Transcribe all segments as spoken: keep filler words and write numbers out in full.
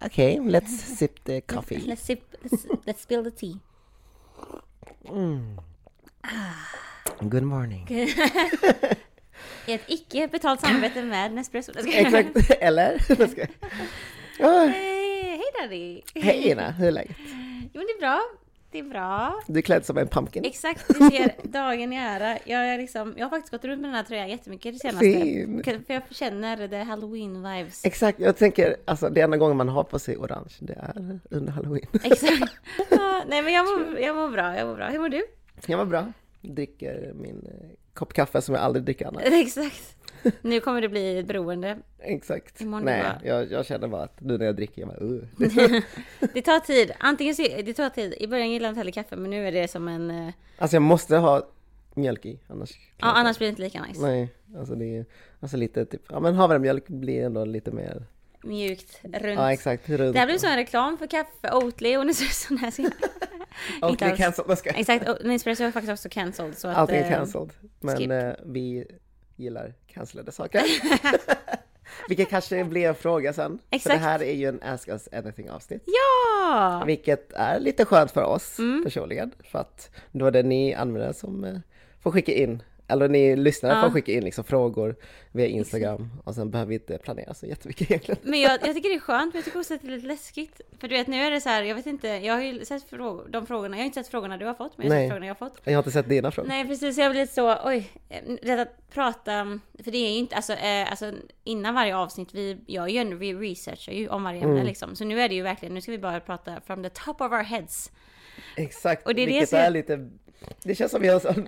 Okay, let's sip the coffee. Let's, let's sip, let's, let's spill the tea. Mm. Good morning. Ett icke betalt samarbete med Nespresso. Exakt, eller? Oh. Hej, hej Daddy. Hej Ina, hur är läget? Jo, det är bra. Det är bra. Du är klädd som en pumpkin. Exakt, du ser dagen i ära. Jag, är liksom, jag har faktiskt gått runt med den här tröjan jättemycket det senaste. Fin. För jag känner det Halloween-vibes. Exakt, jag tänker, alltså det enda gången man har på sig orange, det är under Halloween. Exakt. Ja, nej men jag mår, jag mår bra, jag mår bra. Hur mår du? Jag mår bra. Dricker min eh, kopp kaffe som jag aldrig dricker annars. Exakt. Nu kommer det bli ett beroende. Exakt. Imorgon Nej, bara... jag, jag känner bara att nu när jag dricker, jag bara, uh. Det tar tid. Antingen så, det tar tid. I början gillade jag inte heller kaffe, men nu är det som en... Uh... Alltså jag måste ha mjölk i, annars... Ja, annars blir det inte lika nice. Nej, alltså det är alltså lite typ... Ja, men havremjölk blir ändå lite mer... Mjukt, runt. Ja, exakt. Runt. Det här blir så en reklam för kaffe, Oatly och Nespresso. Oatly cancelled. Exakt, Nespresso är faktiskt också cancelled. Så att, Allting är cancelled. Men skip. eh, vi gillar cancellade saker. Vilket kanske blir en fråga sen. Exakt. För det här är ju en Ask Us Anything avsnitt. Ja! Vilket är lite skönt för oss mm. personligen. För att då är det ni användare som eh, får skicka in. Eller ni lyssnare ja. får skicka in liksom frågor via Instagram. Och sen behöver vi inte planera så jättemycket egentligen. Men jag, jag tycker det är skönt, men jag tycker också att det är lite läskigt. För du vet, nu är det så här, jag vet inte, jag har ju sett frågor, de frågorna, jag har inte sett frågorna du har fått, men jag har Nej. sett frågorna jag har fått. Jag har inte sett dina frågor. Nej, precis, jag blir lite så, oj, det att prata, för det är ju inte, alltså, eh, alltså innan varje avsnitt, vi, jag gör ju, vi researchar ju om varje ämne mm. liksom. Så nu är det ju verkligen, nu ska vi bara prata from the top of our heads. Exakt, och det är vilket det är lite... Det känns som vi har sån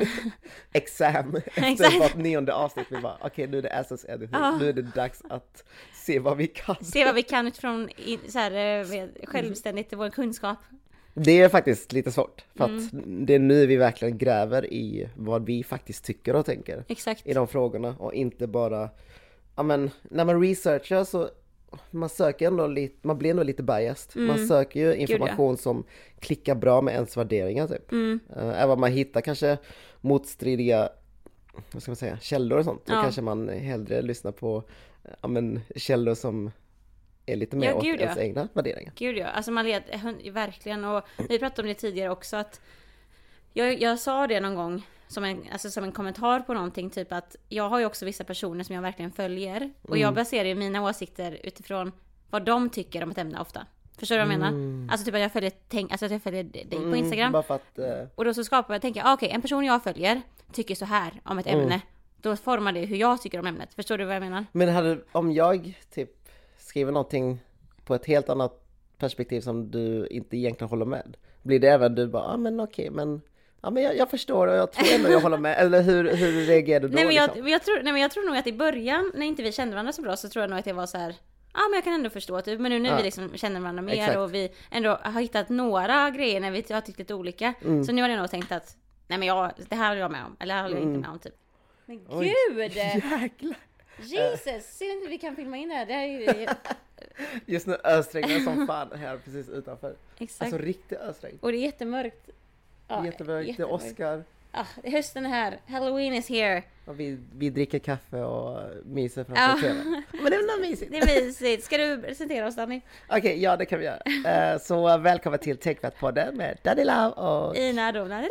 exam efter vårt nionde avsnitt. Vi bara, okej okay, nu är det S S editing. Ah. Nu är det dags att se vad vi kan. Se vad vi kan utifrån så här, självständigt i vår kunskap. Det är faktiskt lite svårt. För mm. att det är nu vi verkligen gräver i vad vi faktiskt tycker och tänker. Exakt. I de frågorna. Och inte bara, ja men när man researchar så man söker ändå lite, man blir ändå lite biased. Mm. Man söker ju information Gud, ja. som klickar bra med ens värderingar typ. Mm. Uh, även om man hittar kanske motstridiga, vad ska man säga, källor och sånt. Ja. Så kanske man hellre lyssnar på ja, men, källor som är lite mer ja, åt Gud, ens ja. egna värderingar. Gud ja, alltså man led, verkligen, och vi pratade om det tidigare också att jag, jag sa det någon gång som en, alltså som en kommentar på någonting, typ att jag har ju också vissa personer som jag verkligen följer och mm. jag baserar ju mina åsikter utifrån vad de tycker om ett ämne ofta. Förstår du vad jag menar? Mm. Alltså typ att jag följer, tänk, alltså att jag följer dig på mm, Instagram bara för att, uh... och då så skapar jag, tänker jag, okej, okay, en person jag följer tycker så här om ett ämne. Mm. Då formar det hur jag tycker om ämnet. Förstår du vad jag menar? Men hade, om jag typ skriver någonting på ett helt annat perspektiv som du inte egentligen håller med, blir det även du bara, ja ah, men okej, okay, men ja, men jag, jag förstår och jag tror ändå jag håller med. Eller hur, hur reagerar du då? Nej men, jag, liksom? jag tror, nej men jag tror nog att i början, när inte vi kände varandra så bra, så tror jag nog att jag var så här, ja men jag kan ändå förstå typ. Men nu när ja. vi liksom känner varandra mer Exakt. och vi ändå har hittat några grejer när vi har tyckt lite olika. Mm. Så nu har jag nog tänkt att, nej men jag, det här håller jag med om. Eller det här håller jag mm. inte med om typ. Men Oj, gud! Jäklar! Jesus! Ser inte vi kan filma in det här? Det här är ju... Just nu ösregnar som fan här precis utanför. Exakt. Alltså riktigt ösregn. Och det är jättemörkt. Ja, jättemörkt. Det är Oscar. Ja, hösten är här. Halloween is here. Och vi, vi dricker kaffe och myser framför ja. tvn. Men det är nog mysigt. Det är mysigt. Ska du presentera oss, Danny? Okej, okay, ja det kan vi göra. Uh, så välkommen till TechVet-podden med Daddy Love och Ina Donareda.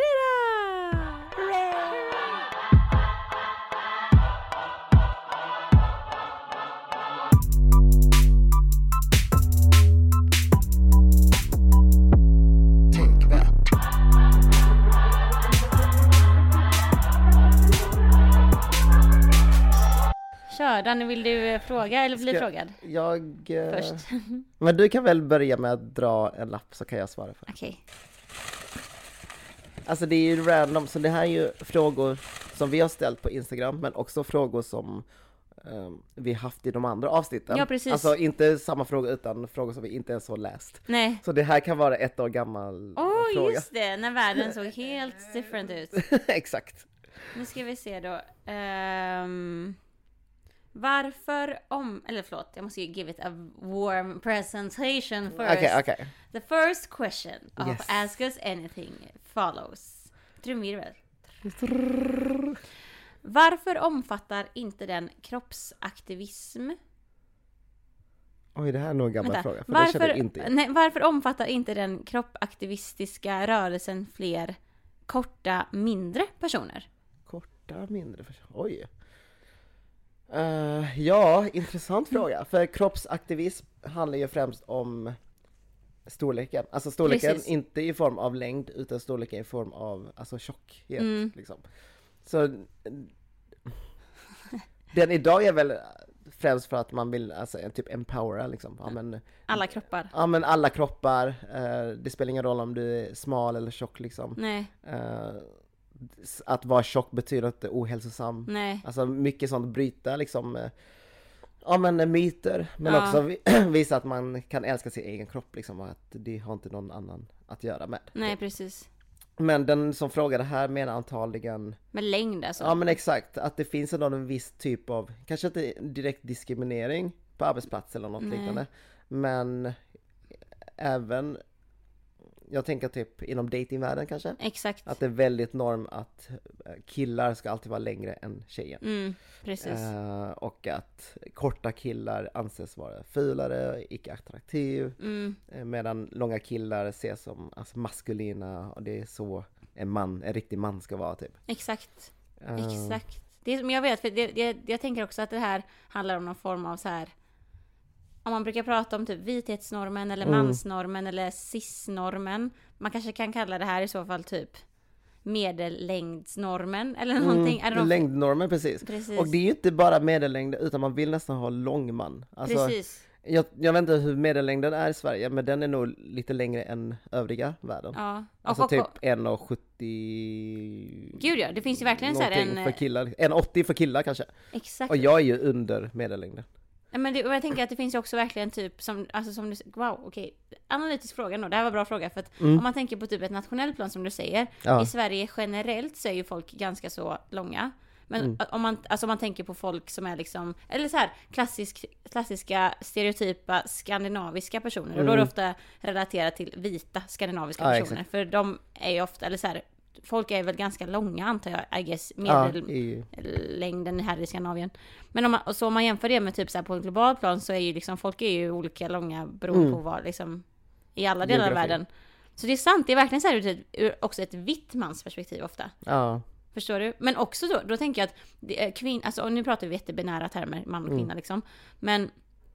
Kör, Danny, vill du fråga eller bli Ska frågad? Jag... Först. Men du kan väl börja med att dra en lapp så kan jag svara för. Okej. Okay. Alltså det är ju random, så det här är ju frågor som vi har ställt på Instagram, men också frågor som um, vi haft i de andra avsnitten. Ja, precis. Alltså inte samma frågor utan frågor som vi inte ens har läst. Nej. Så det här kan vara ett år gammal oh, fråga. Åh, just det, när världen såg helt different ut. Exakt. Nu ska vi se då. Um... Varför om, eller förlåt, jag måste ju give it a warm presentation first. Okay, okay. The first question of yes. Ask Us Anything follows. Trumvirvel. Varför omfattar inte den kroppsaktivism? Oj, det här är nog en gammal Vänta, fråga. För det känner jag varför, inte igen. nej, varför omfattar inte den kroppaktivistiska rörelsen fler korta, mindre personer? Korta, mindre för... Oj. Uh, ja, intressant fråga. För kroppsaktivism handlar ju främst om storleken. Alltså storleken Precis. inte i form av längd utan storleken i form av alltså tjockhet. Mm. Liksom. Så den idag är väl främst för att man vill alltså, typ empowera liksom. Ja, men, Alla kroppar. ja men alla kroppar. Uh, det spelar ingen roll om du är smal eller tjock liksom. Nej, Uh, att vara tjock betyder inte ohälsosam. nej. Alltså mycket sånt bryta liksom eh, ja men eh, myter men Ja. också vi- visa att man kan älska sin egen kropp liksom och att det har inte någon annan att göra med. Nej, precis. Men den som frågade här menar antagligen Med längd alltså. ja men exakt att det finns ändå en viss typ av kanske inte direkt diskriminering på arbetsplats eller något Nej. liknande men även jag tänker typ inom datingvärlden kanske. Exakt. Att det är väldigt norm att killar ska alltid vara längre än tjejen. Mm, precis. Eh, och att korta killar anses vara fulare, icke attraktiv. Mm, Eh, medan långa killar ses som alltså, maskulina och det är så en man, en riktig man ska vara typ. exakt. Eh, Exakt. Det, är- men jag vet, för det, det, jag tänker också att det här handlar om någon form av så här. Om man brukar prata om typ vithetsnormen eller Mm. mansnormen eller cis-normen. Man kanske kan kalla det här i så fall typ medellängdsnormen eller någonting. Är det någon- längdnormen precis. Precis. Och det är ju inte bara medellängd utan man vill nästan ha lång man. Alltså, Precis. jag, jag vet inte hur medellängden är i Sverige men den är nog lite längre än övriga världen. Ja. Och, Alltså och, typ och, en komma sjuttio gud ja, det finns ju verkligen så här någonting en... för killar. en komma åttio för killar kanske. Exakt. Och jag är ju under medellängden. Ja, men det, och jag tänker att det finns ju också verkligen typ som, alltså som du, wow, okej, analytisk fråga då, det här var en bra fråga för att Mm. om man tänker på typ ett nationellt plan som du säger, Ja. i Sverige generellt så är ju folk ganska så långa. Men Mm. om man, alltså om man tänker på folk som är liksom, eller så här klassisk, klassiska stereotypa skandinaviska personer, och då är det Mm. ofta relaterat till vita skandinaviska Ja, personer, exakt. för de är ju ofta, eller så här, folk är väl ganska långa antar jag, I guess, Ja, medel, i, längden här i Skandinavien. Men om man, och så om man jämför det med typ så här på en global plan så är ju liksom folk är ju olika långa beroende Mm. på vad liksom i alla delar av Geografi. världen. Så det är sant, det är verkligen så här ur, ett- ur också ett vitt mansperspektiv ofta. ja. Förstår du? Men också då, då tänker jag att det är kvinn, alltså och nu pratar vi jättebinära termer, man och kvinna Mm. liksom. Men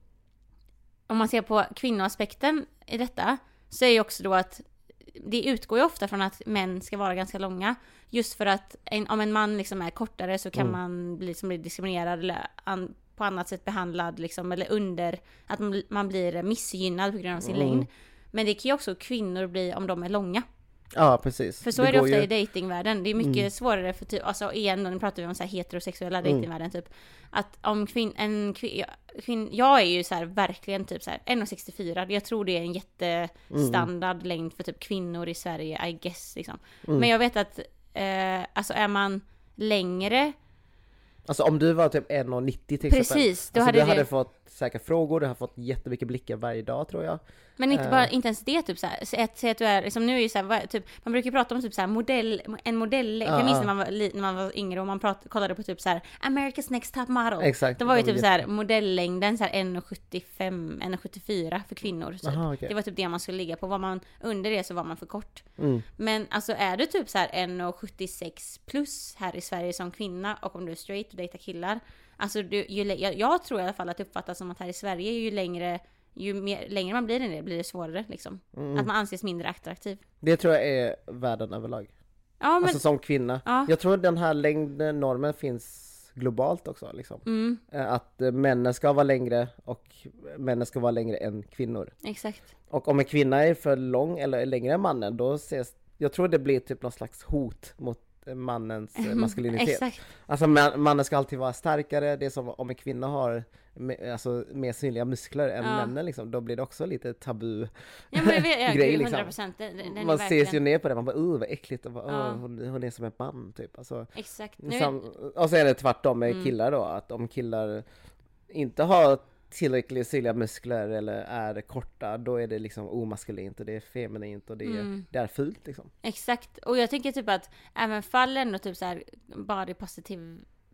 om man ser på kvinnoaspekten i detta så är ju också då att det utgår ju ofta från att män ska vara ganska långa. Just för att en, om en man liksom är kortare så kan Mm. man bli, liksom, bli diskriminerad eller an, på annat sätt behandlad liksom, eller under, att man, man blir missgynnad på grund av sin Mm. längd. Men det kan ju också kvinnor bli om de är långa. ja, precis. För så är det går ofta ju- i datingvärlden. Det är mycket Mm. svårare för typ, alltså igen, nu pratar vi om så här heterosexuella Mm. datingvärlden typ. Att om kvinn, en kvin, kvin, jag är ju så här verkligen typ så här en komma sextiofyra. Jag tror det är en jättestandard längd för typ kvinnor i Sverige, I guess liksom. Mm. Men jag vet att, eh, alltså är man längre, Alltså om du var typ en komma nittio till exempel. precis, då Alltså, hade du det, hade fått säkert frågor, du har fått jättemycket blickar varje dag tror jag. men inte eh. bara, inte ens det typ så här. Säg att, säg att du är, liksom nu är ju så här, vad- typ, man brukar ju prata om typ så här modell, en modell, Ja, jag minns ja. när man var, li- när man var yngre och man prat, kollade på typ så här America's Next Top Model. Exakt. Det var ju de typ så här modellängden så här en komma sjuttiofem, en komma sjuttiofyra för kvinnor typ. Aha, okej. Det var typ det man skulle ligga på. Var man under det så var man för kort. Mm. Men alltså är du typ så här en komma sjuttiosex plus här i Sverige som kvinna och om du är straight och dejtar killar. Alltså du, ju, lä- jag, jag tror i alla fall att det uppfattas som att här i Sverige ju längre ju mer, längre man blir än det blir det svårare liksom. Mm. Att man anses mindre attraktiv. Det tror jag är världen överlag. Ja men, Alltså som kvinna. ja. Jag tror den här längdnormen finns globalt också liksom. Mm, Eh, Att eh, männen ska vara längre och männen ska vara längre än kvinnor. exakt. Och om en kvinna är för lång eller är längre än mannen då ses, jag tror det blir typ någon slags hot mot eh, mannens eh, maskulinitet. Exakt. Alltså man, mannen ska alltid vara starkare, det är som om en kvinna har me, alltså, mer synliga muskler än Ja. männen liksom, då blir det också lite tabu Ja men jag vet, ja, grej gud, liksom. hundra procent. Den, den är Man ses verkligen- ju ner på det, man bara uh vad äckligt och bara, Ja. "Åh, hon, hon är som en man typ. Alltså, Exakt. Nu, sam, och så är det tvärtom med Mm. killar då, att om killar inte har tillräckligt synliga muskler eller är korta, då är det liksom omaskulint och det är feminint och det är, Mm. det är fult liksom. Exakt. Och jag tänker typ att även fall ändå typ så här body positive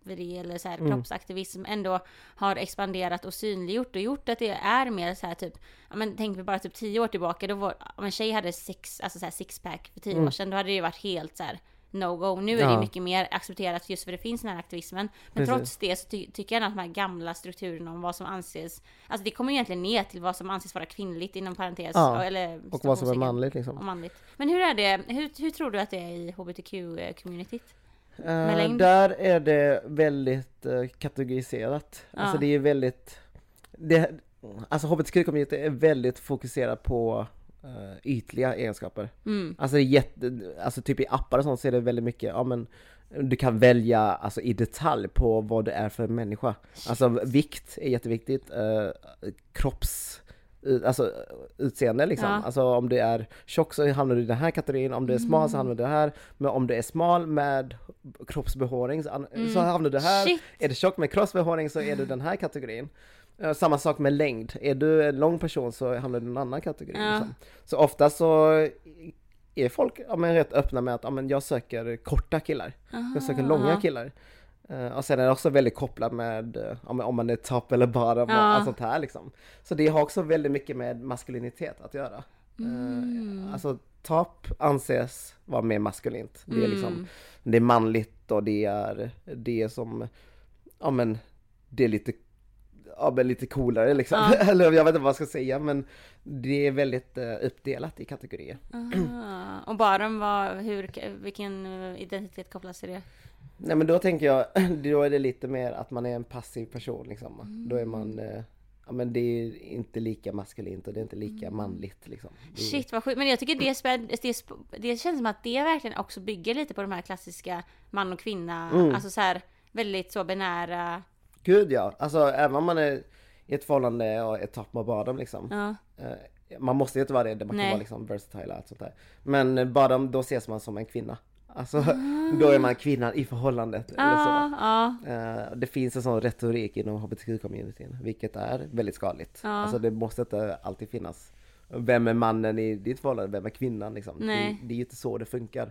eller, eller så här, Mm. kroppsaktivism ändå har expanderat och synliggjort och gjort att det är mer så här typ, ja men tänk vi bara typ tio år tillbaka, då var, om en tjej hade sex, alltså så här sixpack för tio Mm. år sedan, då hade det ju varit helt så här no-go. Nu är Ja. det mycket mer accepterat just för det finns den här aktivismen. Men Precis. trots det så ty- tycker jag att de här gamla strukturerna om vad som anses, alltså det kommer egentligen ner till vad som anses vara kvinnligt inom parentes. Ja, eller Och vad som är citationstecken, manligt liksom. och manligt. Men hur är det, hur, hur tror du att det är i H B T Q-communityt? Eh, längd? där är det väldigt uh, kategoriserat. Ja. Alltså det är väldigt... Det, alltså H B T Q-community är väldigt fokuserat på uh, ytliga egenskaper. Mm. Alltså, det är jätte, alltså typ i appar och sånt så är det väldigt mycket, ja men du kan välja alltså, i detalj på vad du är för människa. Alltså vikt är jätteviktigt, uh, kropps... Alltså utseende liksom. Ja. Alltså om du är tjock så hamnar du i den här kategorin, om du är smal så hamnar du här, men om du är smal med kroppsbehåring så, an- Mm. så hamnar du här. Shit. Är du tjock med kroppsbehåring så är du den här kategorin. Eh, Samma sak med längd. Är du en lång person så hamnar du i en annan kategori. Ja. Liksom. Så ofta så är folk ja, men rätt öppna med att ja, men jag söker korta killar. Jag söker långa Aha. killar. Uh, och sen är det också väldigt kopplat med uh, om, om man är top eller bottom Ja. och allt sånt här liksom. Så det har också väldigt mycket med maskulinitet att göra. Mm. Uh, alltså top anses vara mer maskulint. Det är Mm. liksom, det är manligt och det är det som, ja men det är lite, ja men lite coolare liksom. Ja. Eller jag vet inte vad jag ska säga, men det är väldigt uh, uppdelat i kategorier. Aha. Och bottom var, hur, vilken identitet kopplas till det? Nej men då tänker jag, då är det lite mer att man är en passiv person liksom. Mm. Då är man, eh, ja men det är inte lika maskulint och det är inte lika manligt liksom. Det är, Shit vad sjukt, men jag tycker det, är spä- det, är sp- det känns som att det verkligen också bygger lite på de här klassiska man och kvinna, Mm. alltså så här väldigt så binära. Gud ja, alltså även om man är i ett förhållande och är top och bottom liksom. Ja. Eh, man måste ju inte vara det, man kan Nej. vara liksom versatile och allt sånt där. Men eh, bottom, då ses man som en kvinna. Alltså, då är man kvinnan i förhållandet eller så. Ja, ja. Eh, det finns en sån retorik inom H B T Q-communityn, vilket är väldigt skadligt. Ja. Alltså det måste inte alltid finnas. Vem är mannen i ditt förhållande? Vem är kvinnan liksom? Nej. Det, det är ju inte så det funkar.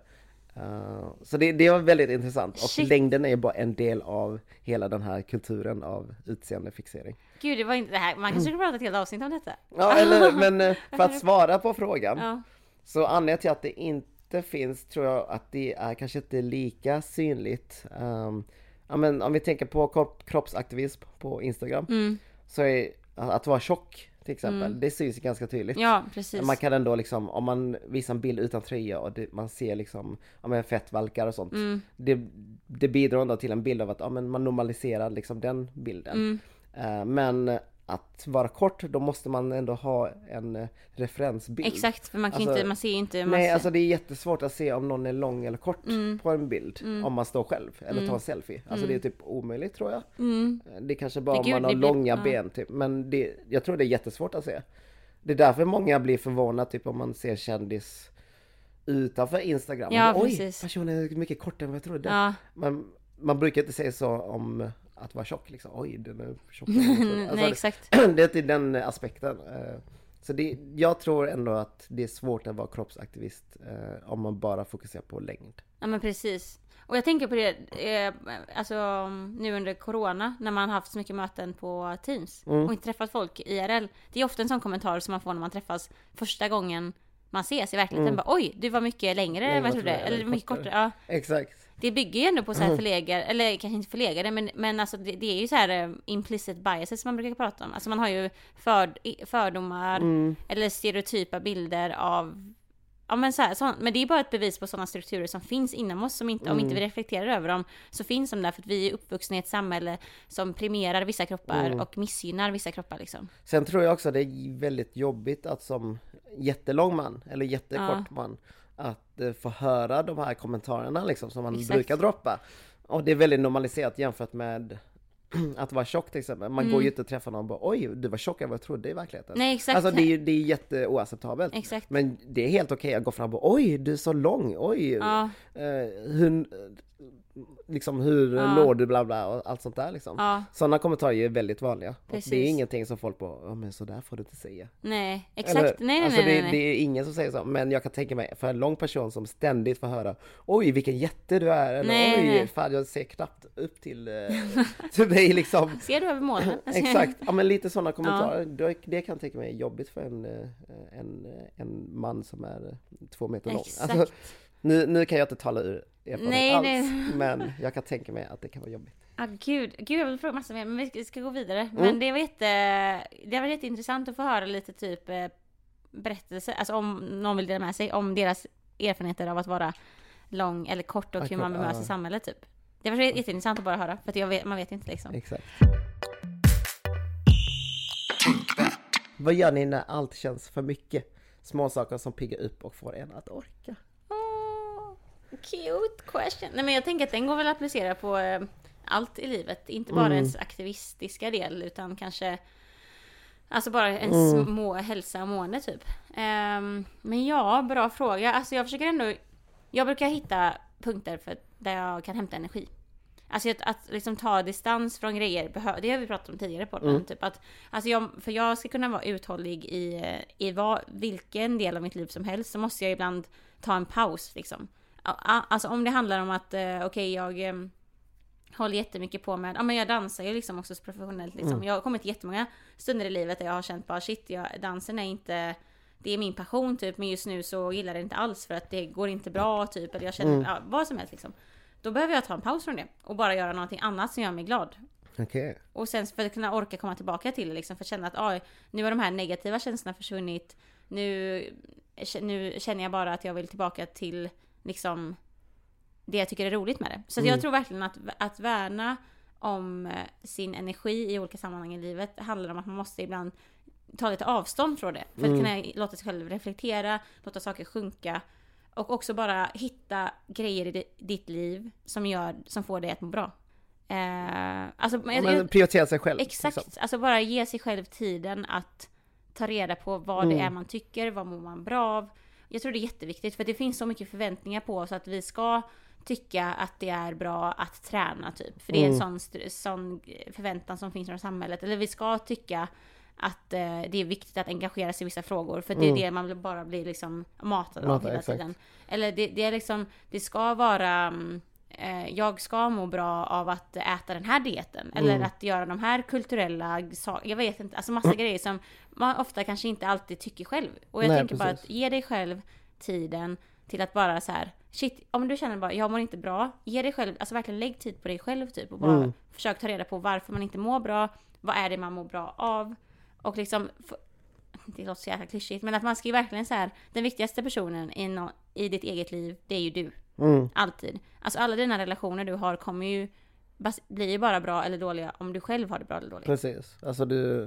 Eh, så det, det var väldigt intressant. Och Shit. längden är ju bara en del av hela den här kulturen av utseendefixering. Gud, det var inte det här. Man kanske skulle prata ett helt avsnitt om detta. Ja, eller, men eh, för att svara på frågan. Ja. Så anledningen till att det inte finns, tror jag att det är kanske inte lika synligt. Um, ja, men om vi tänker på kropp, kroppsaktivism på Instagram, Mm. så är att vara tjock till exempel, Mm. det syns ganska tydligt. Ja, precis. Man kan ändå liksom, om man visar en bild utan tröja och det, man ser liksom, ja men fettvalkar och sånt. Mm. Det, det bidrar ändå till en bild av att ja, men man normaliserar liksom den bilden. Mm. Uh, men att vara kort, då måste man ändå ha en uh, referensbild. Exakt, för man kan Alltså, inte, man ser ju inte. Man Nej, ser... alltså det är jättesvårt att se om någon är lång eller kort Mm. på en bild. Mm. Om man står själv eller Mm. tar en selfie. Alltså det är typ omöjligt tror jag. Mm. Det är kanske bara Det om gud, man har det blir- långa ja. ben typ. Men det, jag tror det är jättesvårt att se. Det är därför många blir förvånade typ om man ser kändis utanför Instagram. Ja, Och, Oj, precis. personen är mycket kortare än vad jag trodde. Ja. Men man brukar inte säga så om att vara tjock liksom. Oj, den är tjockare än vad jag trodde. Alltså, Nej, exakt. det, det är till den aspekten. Eh, Så det, jag tror ändå att det är svårt att vara kroppsaktivist eh, om man bara fokuserar på längd. Ja, men precis. Och jag tänker på det, eh, alltså nu under corona, när man har haft så mycket möten på Teams Mm. och inte träffat folk I R L. Det är ofta en sån kommentar som man får när man träffas första gången man ses i verkligheten. Mm. Bara, oj, du var mycket längre än vad jag trodde. eller Eller mycket kortare. kortare. Ja. Exakt. Det bygger ju ändå på så här förlegade, eller kanske inte förlegade, men, men alltså det, det är ju så här eh, implicit biases som man brukar prata om. Alltså man har ju för, fördomar Mm. eller stereotypa bilder av, ja men så här, så, men det är bara ett bevis på sådana strukturer som finns inom oss, som inte, om inte vi reflekterar över dem, så finns de där för att vi är uppvuxna i ett samhälle som premierar vissa kroppar Mm. och missgynnar vissa kroppar liksom. Sen tror jag också att det är väldigt jobbigt att som jättelång man eller jättekort man att eh, få höra de här kommentarerna liksom som man Exakt. brukar droppa. Och det är väldigt normaliserat jämfört med att vara tjock till exempel. Man Mm. går ju inte och träffar någon och bara oj, du var tjockare än vad jag trodde i verkligheten. Nej, exakt. Alltså det är ju det är jätteoacceptabelt. Exakt. Men det är helt okej att gå fram och oj, du är så lång, oj. Ja. Eh, hur, liksom hur Ja. mår du bla bla och allt sånt där liksom. Ja. Sådana kommentarer är väldigt vanliga. Och Precis. det är ingenting som folk på, ja men så där får du inte säga. Nej, exakt. Eller, nej, nej, alltså nej, det, nej. det är ingen som säger så, men jag kan tänka mig för en lång person som ständigt får höra, oj vilken jätte du är, eller Nej, oj nej. fan jag ser knappt upp till, eh, till dig liksom. Ser du över molnen? Exakt, ja men lite sådana kommentarer, det, det kan jag tänka mig är jobbigt för en, eh, en, en man som är eh, två meter lång. Exakt. Alltså, nu, nu kan jag inte tala ur erfarenhet Nej, alls, nej. men jag kan tänka mig att det kan vara jobbigt. Ah, gud. gud, jag vill fråga massa mer, men vi ska gå vidare. Mm. Men det var jätte, det var jätteintressant att få höra lite typ eh, berättelse, alltså om någon vill dela med sig om deras erfarenheter av att vara lång eller kort och hur Okej, man bemöts ja. i samhället typ. Det var jätteintressant att bara höra, för att jag vet, man vet inte liksom. Exakt. Vad gör ni när allt känns för mycket? Små saker som piggar upp och får en att orka. Oh, cute question. Nej, men jag tänker att den går väl att applicera på eh, allt i livet. Inte bara Mm. ens aktivistiska del, utan kanske alltså bara ens Mm. må, hälsa och mående typ. Ehm, men ja, bra fråga. Alltså jag försöker ändå, jag brukar hitta punkter för där jag kan hämta energi. Alltså att, att liksom ta distans från grejer, behö- det har vi pratat om tidigare på Mm. typ att, alltså jag, för jag ska kunna vara uthållig i, i vad, vilken del av mitt liv som helst, så måste jag ibland ta en paus liksom. A- Alltså om det handlar om att, eh, okej okay, jag eh, håller jättemycket på med, ja men jag dansar ju liksom också professionellt liksom. Mm. Jag har kommit till jättemånga stunder i livet där jag har känt bara shit, jag, dansen är inte, det är min passion typ, men just nu så gillar det inte alls för att det går inte bra typ, eller jag känner, Mm. ja, vad som helst liksom. Då behöver jag ta en paus från det och bara göra någonting annat som gör mig glad. Okej. Och sen för att kunna orka komma tillbaka till det liksom, för att känna att ah, nu har de här negativa känslorna försvunnit. Nu, nu känner jag bara att jag vill tillbaka till liksom det jag tycker är roligt med det. Så att Mm. jag tror verkligen att, att värna om sin energi i olika sammanhang i livet handlar om att man måste ibland ta lite avstånd från det. För att Mm. kunna låta sig själv reflektera, låta saker sjunka. Och också bara hitta grejer i di- ditt liv som, gör, som får dig att må bra. Eh, alltså, Ja, jag, men jag, prioritera sig själv. exakt, liksom. alltså bara ge sig själv tiden att ta reda på vad det Mm. är man tycker, vad mår man bra av. Jag tror det är jätteviktigt, för det finns så mycket förväntningar på oss att vi ska tycka att det är bra att träna typ. För det är en Mm. sån, st- sån förväntan som finns från samhället. Eller vi ska tycka att eh, det är viktigt att engagera sig i vissa frågor, för det är Mm. det man bara blir liksom matad av Matad, hela exakt. tiden. Eller det, det är liksom, det ska vara mm, eh, jag ska må bra av att äta den här dieten, eller Mm. att göra de här kulturella saker, jag vet inte, alltså massa grejer som man ofta kanske inte alltid tycker själv. Och jag Nej, tänker bara precis. att ge dig själv tiden till att bara så här, shit, om du känner bara jag mår inte bra, ge dig själv, alltså verkligen lägg tid på dig själv typ, och bara Mm. försök ta reda på varför man inte mår bra, vad är det man mår bra av, och liksom f- det låter så jäkla klyschigt, men att man ska ju verkligen så här, den viktigaste personen i, no- i ditt eget liv, det är ju du. Mm. Alltid. Alltså alla dina relationer du har kommer ju bas- blir ju bara bra eller dåliga om du själv har det bra eller dåligt. Precis, alltså du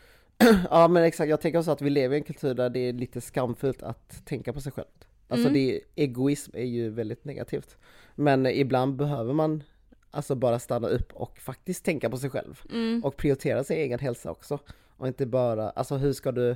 ja men exakt, jag tänker också att vi lever i en kultur där det är lite skamfullt att tänka på sig själv. Alltså Mm. det, egoism är ju väldigt negativt. Men ibland behöver man alltså bara stanna upp och faktiskt tänka på sig själv. Mm. Och prioritera sin egen hälsa också. Och inte bara, alltså hur ska du,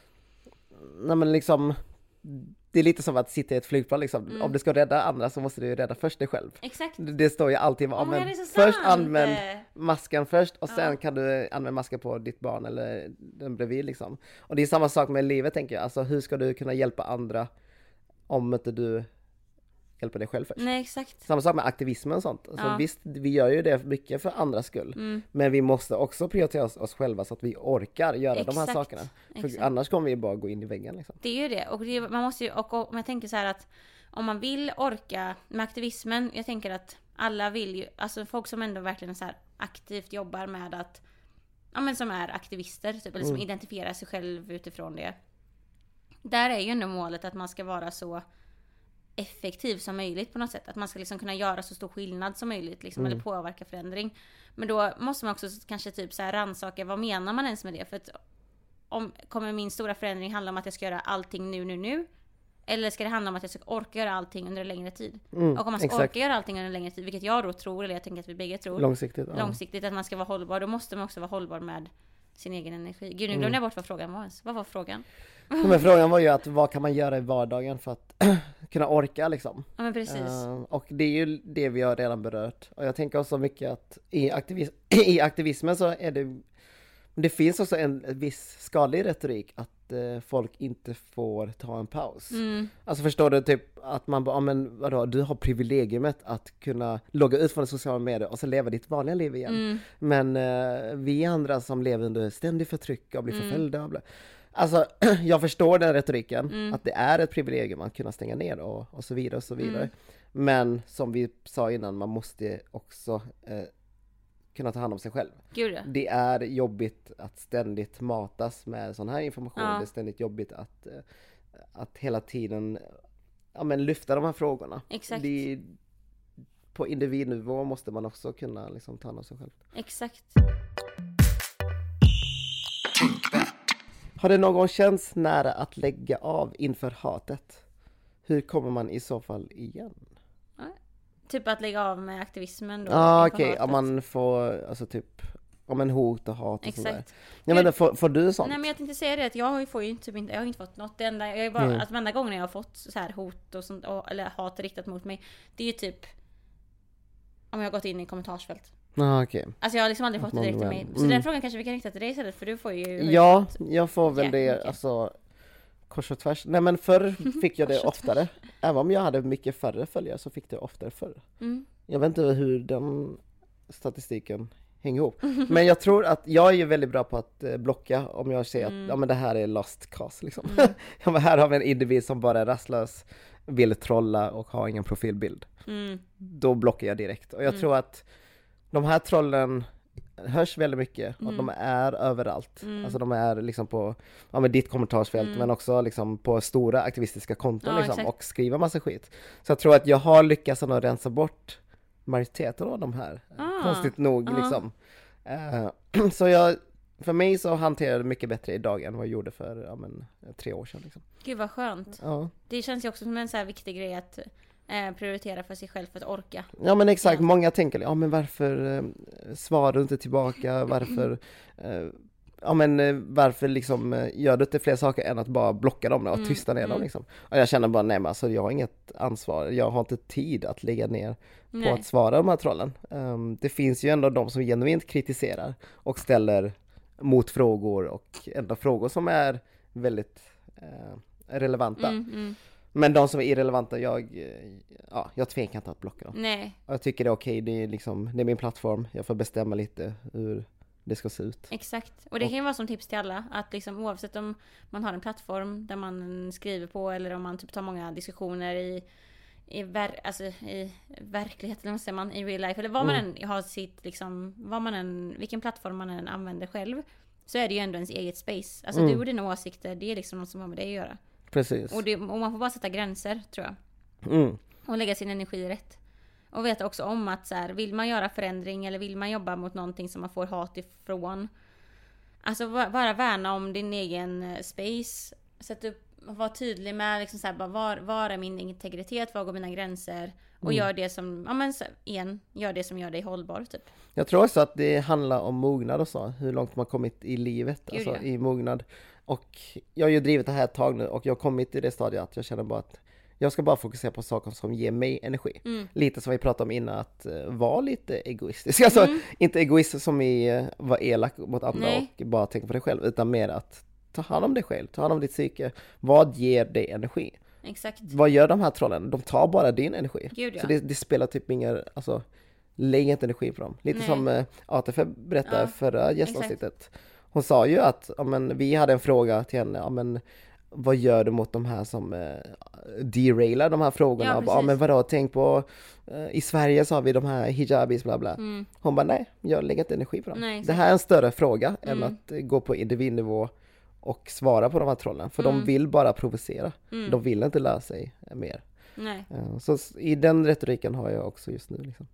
nej men liksom, det är lite som att sitta i ett flygplan liksom. Mm. Om du ska rädda andra så måste du ju rädda först dig själv. Exakt. Det, det står ju alltid, Oh ja, my men God, det är så först sant. använd masken först och sen Ja. kan du använda masken på ditt barn eller den bredvid liksom. Och det är samma sak med livet tänker jag, alltså hur ska du kunna hjälpa andra om inte du hjälper dig själv först? Nej, exakt. Samma sak med aktivismen och sånt. Alltså, Ja. visst, vi gör ju det mycket för andras skull. Mm. Men vi måste också prioritera oss, oss själva så att vi orkar göra de här Exakt. sakerna. För Exakt. annars kommer vi bara gå in i väggen liksom. Det är ju det. Och det, man måste ju, och, och om jag tänker så här att om man vill orka med aktivismen, jag tänker att alla vill ju, alltså folk som ändå verkligen så här aktivt jobbar med att, ja men som är aktivister typ, eller som Mm. identifierar sig själv utifrån det. Där är ju ändå målet att man ska vara så effektiv som möjligt på något sätt. Att man ska liksom kunna göra så stor skillnad som möjligt liksom, Mm. eller påverka förändring. Men då måste man också kanske typ så här rannsaka, vad menar man ens med det? För att om, kommer min stora förändring handla om att jag ska göra allting nu, nu, nu? Eller ska det handla om att jag ska orka göra allting under en längre tid? Mm, Och om man ska exakt. orka göra allting under en längre tid, vilket jag då tror, eller jag tänker att vi bägge tror, Långsiktigt. Ja. långsiktigt att man ska vara hållbar, då måste man också vara hållbar med sin egen energi. Gud, nu glömde jag bort vad frågan var ens. Vad var frågan? Men frågan var ju att vad kan man göra i vardagen för att kunna orka liksom. Ja, men precis. Uh, och det är ju det vi har redan berört. Och jag tänker också mycket att i, aktivis- i aktivismen så är det, det finns också en viss skadlig retorik att uh, folk inte får ta en paus. Mm. Alltså förstår du typ att man bara, ja, men vadå, du har privilegiumet att kunna logga ut från sociala medier och så leva ditt vanliga liv igen. Mm. Men uh, vi andra som lever under ständig förtryck och blir mm. förföljda och bla. Alltså, jag förstår den retoriken, mm. att det är ett privilegium att kunna stänga ner och, och så vidare och så vidare. Mm. Men som vi sa innan, man måste också eh, kunna ta hand om sig själv. Gud, ja. Det är jobbigt att ständigt matas med sån här information. Ja. Det är ständigt jobbigt att, eh, att hela tiden ja, men lyfta de här frågorna. Exakt. Det, på individnivå måste man också kunna liksom, ta hand om sig själv. Exakt. Har det någon känts nära att lägga av inför hatet? Hur kommer man i så fall igen? Ja, typ att lägga av med aktivismen då? Ja, ah, okej. Okay. Om man får, alltså typ, om en hot och hat och exakt. Sådär. Ja, men får, får du sånt? Nej, men jag tänkte säga det att jag får ju typ inte, jag har inte fått något. Det enda, jag är bara, mm. att varenda gång jag har fått så här hot och sånt, och, eller hat riktat mot mig, det är ju typ om jag har gått in i kommentarsfält. Ah, okay. Alltså jag har liksom aldrig fått det direkt till mig. Så mm. den frågan kanske vi kan rikta till dig istället, för du får ju... Ja, jag får väl det, mycket. Alltså kors och tvärs. Nej, men förr fick jag det oftare. Även om jag hade mycket färre följare så fick det oftare förr. Mm. Jag vet inte hur den statistiken hänger ihop. Men jag tror att jag är ju väldigt bra på att eh, blocka om jag ser mm. att ja, men det här är lost cause liksom. Mm. Ja, men här har vi en individ som bara är rastlös, vill trolla och har ingen profilbild. Mm. Då blockar jag direkt. Och jag mm. tror att de här trollen hörs väldigt mycket och mm. de är överallt. Mm. Alltså de är liksom på ja, med ditt kommentarsfält mm. men också liksom på stora aktivistiska konton ja, liksom, och skriver massa skit. Så jag tror att jag har lyckats att rensa bort majoriteten av de här. Ah. Konstigt nog ah. liksom. Uh, så jag, för mig så hanterar det mycket bättre idag än vad jag gjorde för ja, men, tre år sedan. Liksom. Gud vad skönt. Ja. Det känns ju också som en så här viktig grej att Eh, prioritera för sig själv för att orka. Ja men exakt, ja. Många tänker, ja men varför eh, svarar du inte tillbaka, varför eh, ja men eh, varför liksom eh, gör du inte fler saker än att bara blocka dem och mm, tysta ner mm. dem liksom. Och jag känner bara, nej men alltså jag har inget ansvar, jag har inte tid att lägga ner nej. På att svara de här trollen. Um, det finns ju ändå de som genuint kritiserar och ställer motfrågor och ändå frågor som är väldigt eh, relevanta. Mm, mm. Men de som är irrelevanta, jag, ja, jag tvekar inte att blocka dem. Nej. Och jag tycker det är okej, det är, liksom, det är min plattform. Jag får bestämma lite hur det ska se ut. Exakt. Och det kan ju vara som tips till alla. Att liksom, oavsett om man har en plattform där man skriver på eller om man typ tar många diskussioner i, i, ver, alltså, i verkligheten, vad säger man, i real life. Eller vad mm. man än har sitt, liksom, vad man än, vilken plattform man än använder själv. Så är det ju ändå ens eget space. Alltså mm. du och dina åsikter, det är liksom något som har med dig att göra. Precis. Och, det, och man får bara sätta gränser, tror jag. Mm. Och lägga sin energi rätt. Och veta också om att så här, vill man göra förändring eller vill man jobba mot någonting som man får hat ifrån. Alltså bara värna om din egen space. Sätt upp, var tydlig med liksom så här, bara, var, var är min integritet, var går mina gränser. Och mm. gör det som, ja men så, igen, gör det som gör dig hållbar typ. Jag tror också att det handlar om mognad och så. Hur långt man kommit i livet, Gud, alltså ja. I mognad. Och jag har ju drivit det här ett tag nu och jag har kommit i det stadiet att jag känner bara att jag ska bara fokusera på saker som ger mig energi. Mm. Lite som vi pratade om innan, att uh, vara lite egoistisk. Alltså mm. inte egoist som i uh, vara elak mot andra Nej. Och bara tänka på dig själv, utan mer att ta hand om dig själv, ta hand om ditt psyke. Vad ger dig energi? Exakt. Vad gör de här trollen? De tar bara din energi. Gud, ja. Så det, det spelar typ inga, alltså lägg inte energi på dem. Lite Nej. Som uh, A T F berättade ja. Förra gästavsnittet. Hon sa ju att ja, men, vi hade en fråga till henne, ja, men, vad gör du mot de här som eh, derailar de här frågorna? Ja, ja, men vadå, tänk på eh, i Sverige så har vi de här hijabis bla bla. Mm. Hon bara, nej, jag lägger inte energi på dem. Nej, det här är en större fråga mm. än att eh, gå på individnivå och svara på de här trollen. För mm. de vill bara provocera. Mm. De vill inte lära sig mer. Nej. Uh, så i den retoriken har jag också just nu liksom.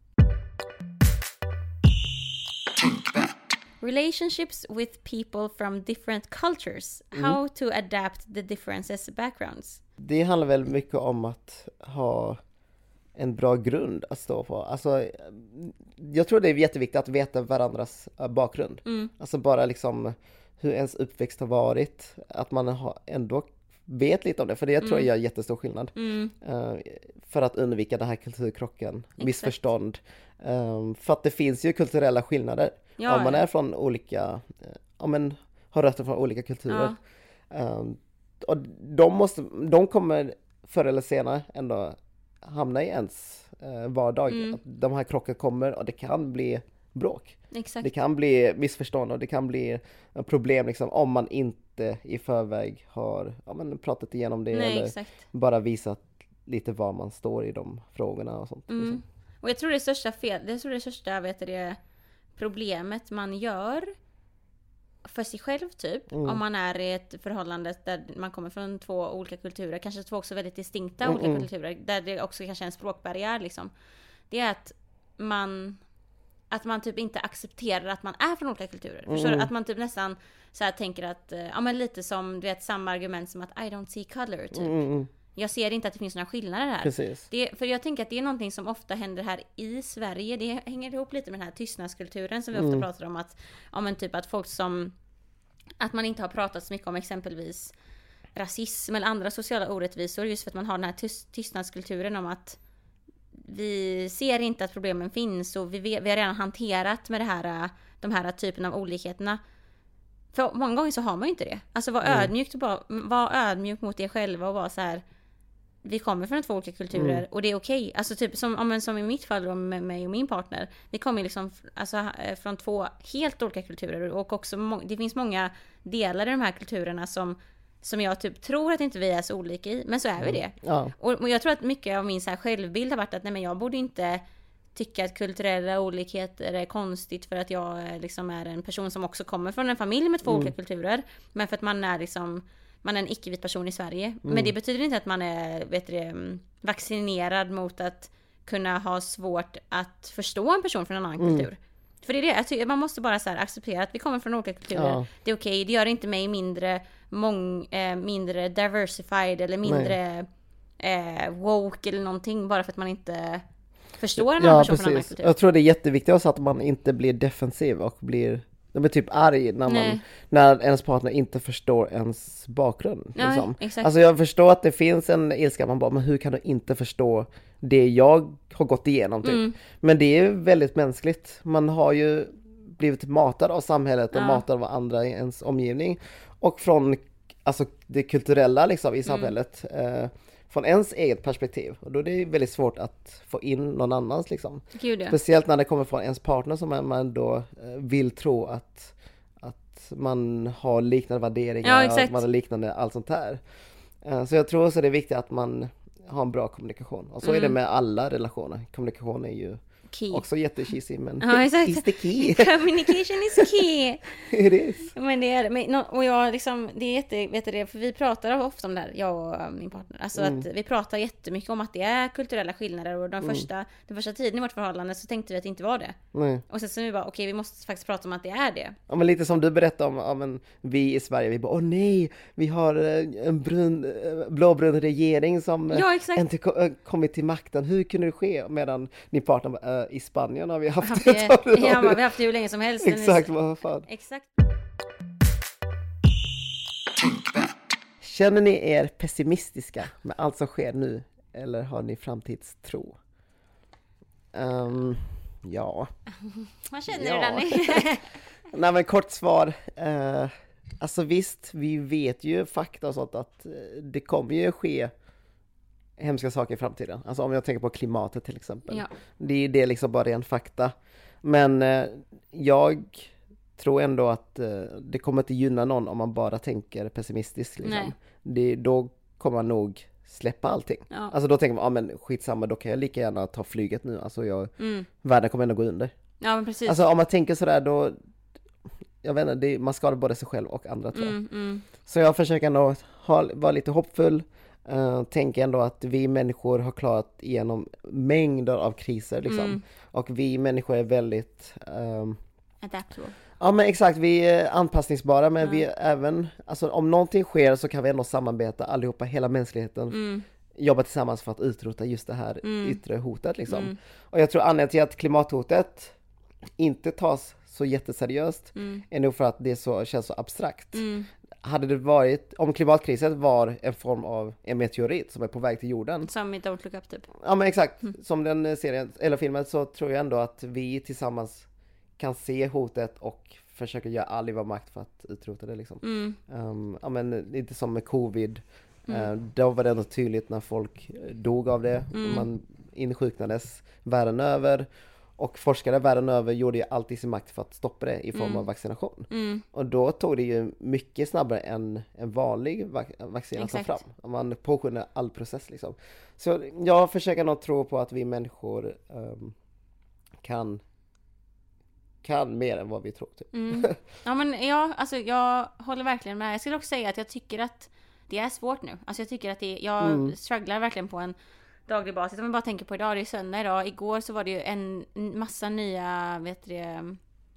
Relationships with people from different cultures. How mm. to adapt the differences backgrounds. Det handlar väl mycket om att ha en bra grund att stå på. Alltså, jag tror det är jätteviktigt att veta varandras bakgrund. Mm. Alltså bara liksom hur ens uppväxt har varit. Att man har ändå vet lite om det. För det jag tror Mm. jag gör jättestor skillnad. Mm. Uh, för att undvika den här kulturkrocken. Exakt. Missförstånd. Um, för att det finns ju kulturella skillnader. Ja, om man ja. är från olika, uh, om man har rötter från olika kulturer. Ja. Um, och de, måste, de kommer förr eller senare ändå hamna i ens uh, vardag. Mm. Att de här krocken kommer och det kan bli bråk. Exakt. Det kan bli missförstånd och det kan bli problem liksom, om man inte i förväg har ja, men pratat igenom det. Nej, eller exakt. bara visat lite var man står i de frågorna och sånt. Mm. Liksom. Och jag tror det största fel, jag tror det största vet du, det problemet man gör för sig själv typ, Mm. om man är i ett förhållande där man kommer från två olika kulturer, kanske två också väldigt distinkta Mm, olika mm. kulturer, där det också kanske är en språkbarriär liksom. Det är att man att man typ inte accepterar att man är från olika kulturer. Mm. Förstår du? Att man typ nästan så här tänker att, eh, ja men lite som du vet samma argument som att I don't see color typ. Mm, mm. Jag ser inte att det finns några skillnader här. Precis. Det, för jag tänker att det är någonting som ofta händer här i Sverige. Det hänger ihop lite med den här tystnadskulturen som vi ofta Mm. pratar om. Att, ja, men typ att folk som... Att man inte har pratat så mycket om exempelvis rasism eller andra sociala orättvisor. Just för att man har den här tyst, tystnadskulturen om att vi ser inte att problemen finns. Och vi, vi har redan hanterat med det här, de här typen av olikheterna. För många gånger så har man ju inte det. Alltså var Mm. ödmjukt och bara, var ödmjuk mot er själva och vara så här. Vi kommer från två olika kulturer Mm. och det är okej. Alltså typ som, ja, men som i mitt fall då, med mig och min partner. Vi kommer liksom alltså, eh, från två helt olika kulturer och också må- det finns många delar i de här kulturerna som, som jag typ tror att inte vi är så olika i. Men så är vi det. Ja. Och, och jag tror att mycket av min så här självbild har varit att nej, men jag borde inte tycka att kulturella olikheter är konstigt för att jag eh, liksom är en person som också kommer från en familj med två Mm. olika kulturer. Men för att man är liksom man är en icke-vit person i Sverige. Mm. Men det betyder inte att man är vet du, det, vaccinerad mot att kunna ha svårt att förstå en person från en annan Mm. kultur. För det är det, jag tycker, man måste bara så här acceptera att vi kommer från olika kulturer. Ja. Det är okej, det gör inte mig mindre, mång, eh, mindre diversified eller mindre eh, woke eller någonting bara för att man inte förstår en annan Ja, person från en annan precis. kultur. Jag tror det är jätteviktigt också att man inte blir defensiv och blir, de blir typ arg när, man, Nej. när ens partner inte förstår ens bakgrund. Ja, Liksom. exakt. Alltså jag förstår att det finns en ilska, man bara, men hur kan du inte förstå det jag har gått igenom typ? Mm. Men det är väldigt mänskligt. Man har ju blivit matad av samhället och Ja. matad av andra i ens omgivning. Och från alltså, det kulturella liksom, i samhället. Eh, från ens eget perspektiv. Och då är det väldigt svårt att få in någon annans liksom. Gud, ja. Speciellt när det kommer från ens partner som man- man då eh, vill tro att, att man har liknande värderingar. Ja, och exakt. att man har liknande allt sånt här. Eh, så jag tror också det är viktigt att man har en bra kommunikation. Och så är det Mm. med alla relationer. Kommunikation är ju Key. också jättecheesy, men Ja, exakt. it's the key. Communication is key. It is. Men det är det. Men, nå- och jag liksom, det är jätte, vet du det, för vi pratar ofta om det här, jag och äh, min partner. Alltså Mm. att vi pratar jättemycket om att det är kulturella skillnader och den första, den första tiden i vårt förhållande så tänkte vi att det inte var det. Nej. Och sen så vi bara, okej vi måste faktiskt prata om att det är det. Ja, men lite som du berättade om, ja, men vi i Sverige, vi bara, åh nej, vi har eh, en brun, eh, blåbrun regering som eh, Ja, exakt. inte ko- eh, kommit till makten. Hur kunde det ske? Medan din partner bara, eh, i Spanien har vi haft Haft det. det, tar du- ja, men vi har haft det hur länge som helst. Exakt, vad fan. Exakt. Känner ni er pessimistiska med allt som sker nu? Eller har ni framtidstro? Ehm, ja. Vad känner Ja. du Danny? Nej, men kort svar. Eh, alltså visst, vi vet ju fakta och sånt att eh, det kommer ju ske hemska saker i framtiden. Alltså om jag tänker på klimatet till exempel. Ja. Det är det liksom bara ren fakta. Men eh, jag tror ändå att eh, det kommer inte gynna någon om man bara tänker pessimistiskt. Liksom. Nej. Det, då kommer man nog släppa allting. Ja. Alltså då tänker man, ja ah, men skitsamma, då kan jag lika gärna ta flyget nu. Alltså jag, Mm. världen kommer ändå gå under. Ja men precis. Alltså om man tänker sådär då, jag vet inte, det, man skadar både sig själv och andra tror jag. mm, mm. Så jag försöker ändå ha, vara lite hoppfull. Uh, tänker ändå att vi människor har klarat igenom mängder av kriser liksom. Mm. Och vi människor är väldigt um, Adaptable. ja men exakt, vi är anpassningsbara, men Ja. vi är även, alltså om någonting sker så kan vi ändå samarbeta allihopa, hela mänskligheten Mm. jobba tillsammans för att utrota just det här Mm. yttre hotet liksom. Mm. Och jag tror anledningen till att klimathotet inte tas så jätteseriöst Mm. är nog för att det så, känns så abstrakt. Mm. Hade det varit, om klimatkrisen var en form av en meteorit som är på väg till jorden. Som i Don't Look Up typ. Ja men exakt, Mm. som den serien, eller filmen, så tror jag ändå att vi tillsammans kan se hotet och försöka göra all i vår makt för att utrota det liksom. Mm. Um, ja men inte som med covid. Mm. Uh, då var det ändå tydligt när folk dog av det. Mm. Man insjuknades världen över. Och forskare världen över gjorde ju allt i sin makt för att stoppa det i form Mm. av vaccination. Mm. Och då tog det ju mycket snabbare än en vanlig vac- vaccin att ta Exakt. fram. Man påskyndar all process liksom. Så jag försöker nog tro på att vi människor um, kan kan mer än vad vi tror typ. Mm. Ja men ja, alltså jag håller verkligen med. Jag skulle också säga att jag tycker att det är svårt nu. Alltså jag tycker att det, jag Mm. strugglar verkligen på en daglig basis. Om jag bara tänker på idag, det är söndag idag. Igår så var det ju en massa nya, vet du det,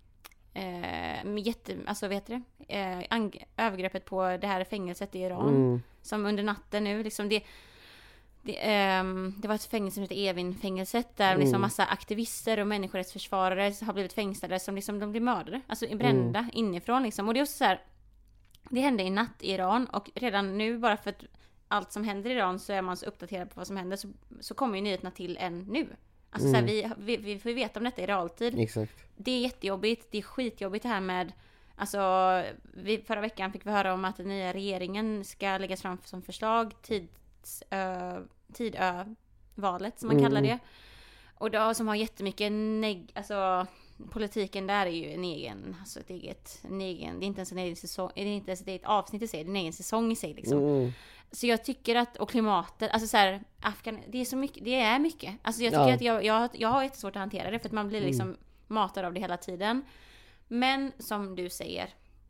eh, jätte, alltså vet du det, eh, ang- övergreppet på det här fängelset i Iran. Mm. Som under natten nu, liksom det Det, ehm, det var ett fängelse som heter Evin-fängelset där liksom Mm. massa aktivister och människorättsförsvarare har blivit fängslade som liksom de blir mördade, alltså brända Mm. inifrån liksom. Och det är också så här, det hände i natt i Iran och redan nu bara för att allt som händer i Iran så är man så uppdaterad på vad som händer så, så kommer ju nyheterna till en nu. Alltså så här, vi, vi, vi får veta om detta i realtid. Exakt. Det är jättejobbigt, det är skitjobbigt det här med, alltså vi, förra veckan fick vi höra om att den nya regeringen ska läggas fram som förslag tids, uh, Tidö-valet som man Mm. kallar det. Och då som har jättemycket neg- alltså politiken där är ju en egen, alltså ett eget, en egen, det är inte ens en egen säsong, det är inte ens ett eget avsnitt i sig, det är en egen säsong i sig liksom. Mm. Så jag tycker att, och klimatet, alltså så här, Afghan, det är så mycket, det är mycket. Alltså jag tycker Ja. att jag, jag, jag har jättesvårt att hantera det för att man blir liksom Mm. matad av det hela tiden. Men som du säger,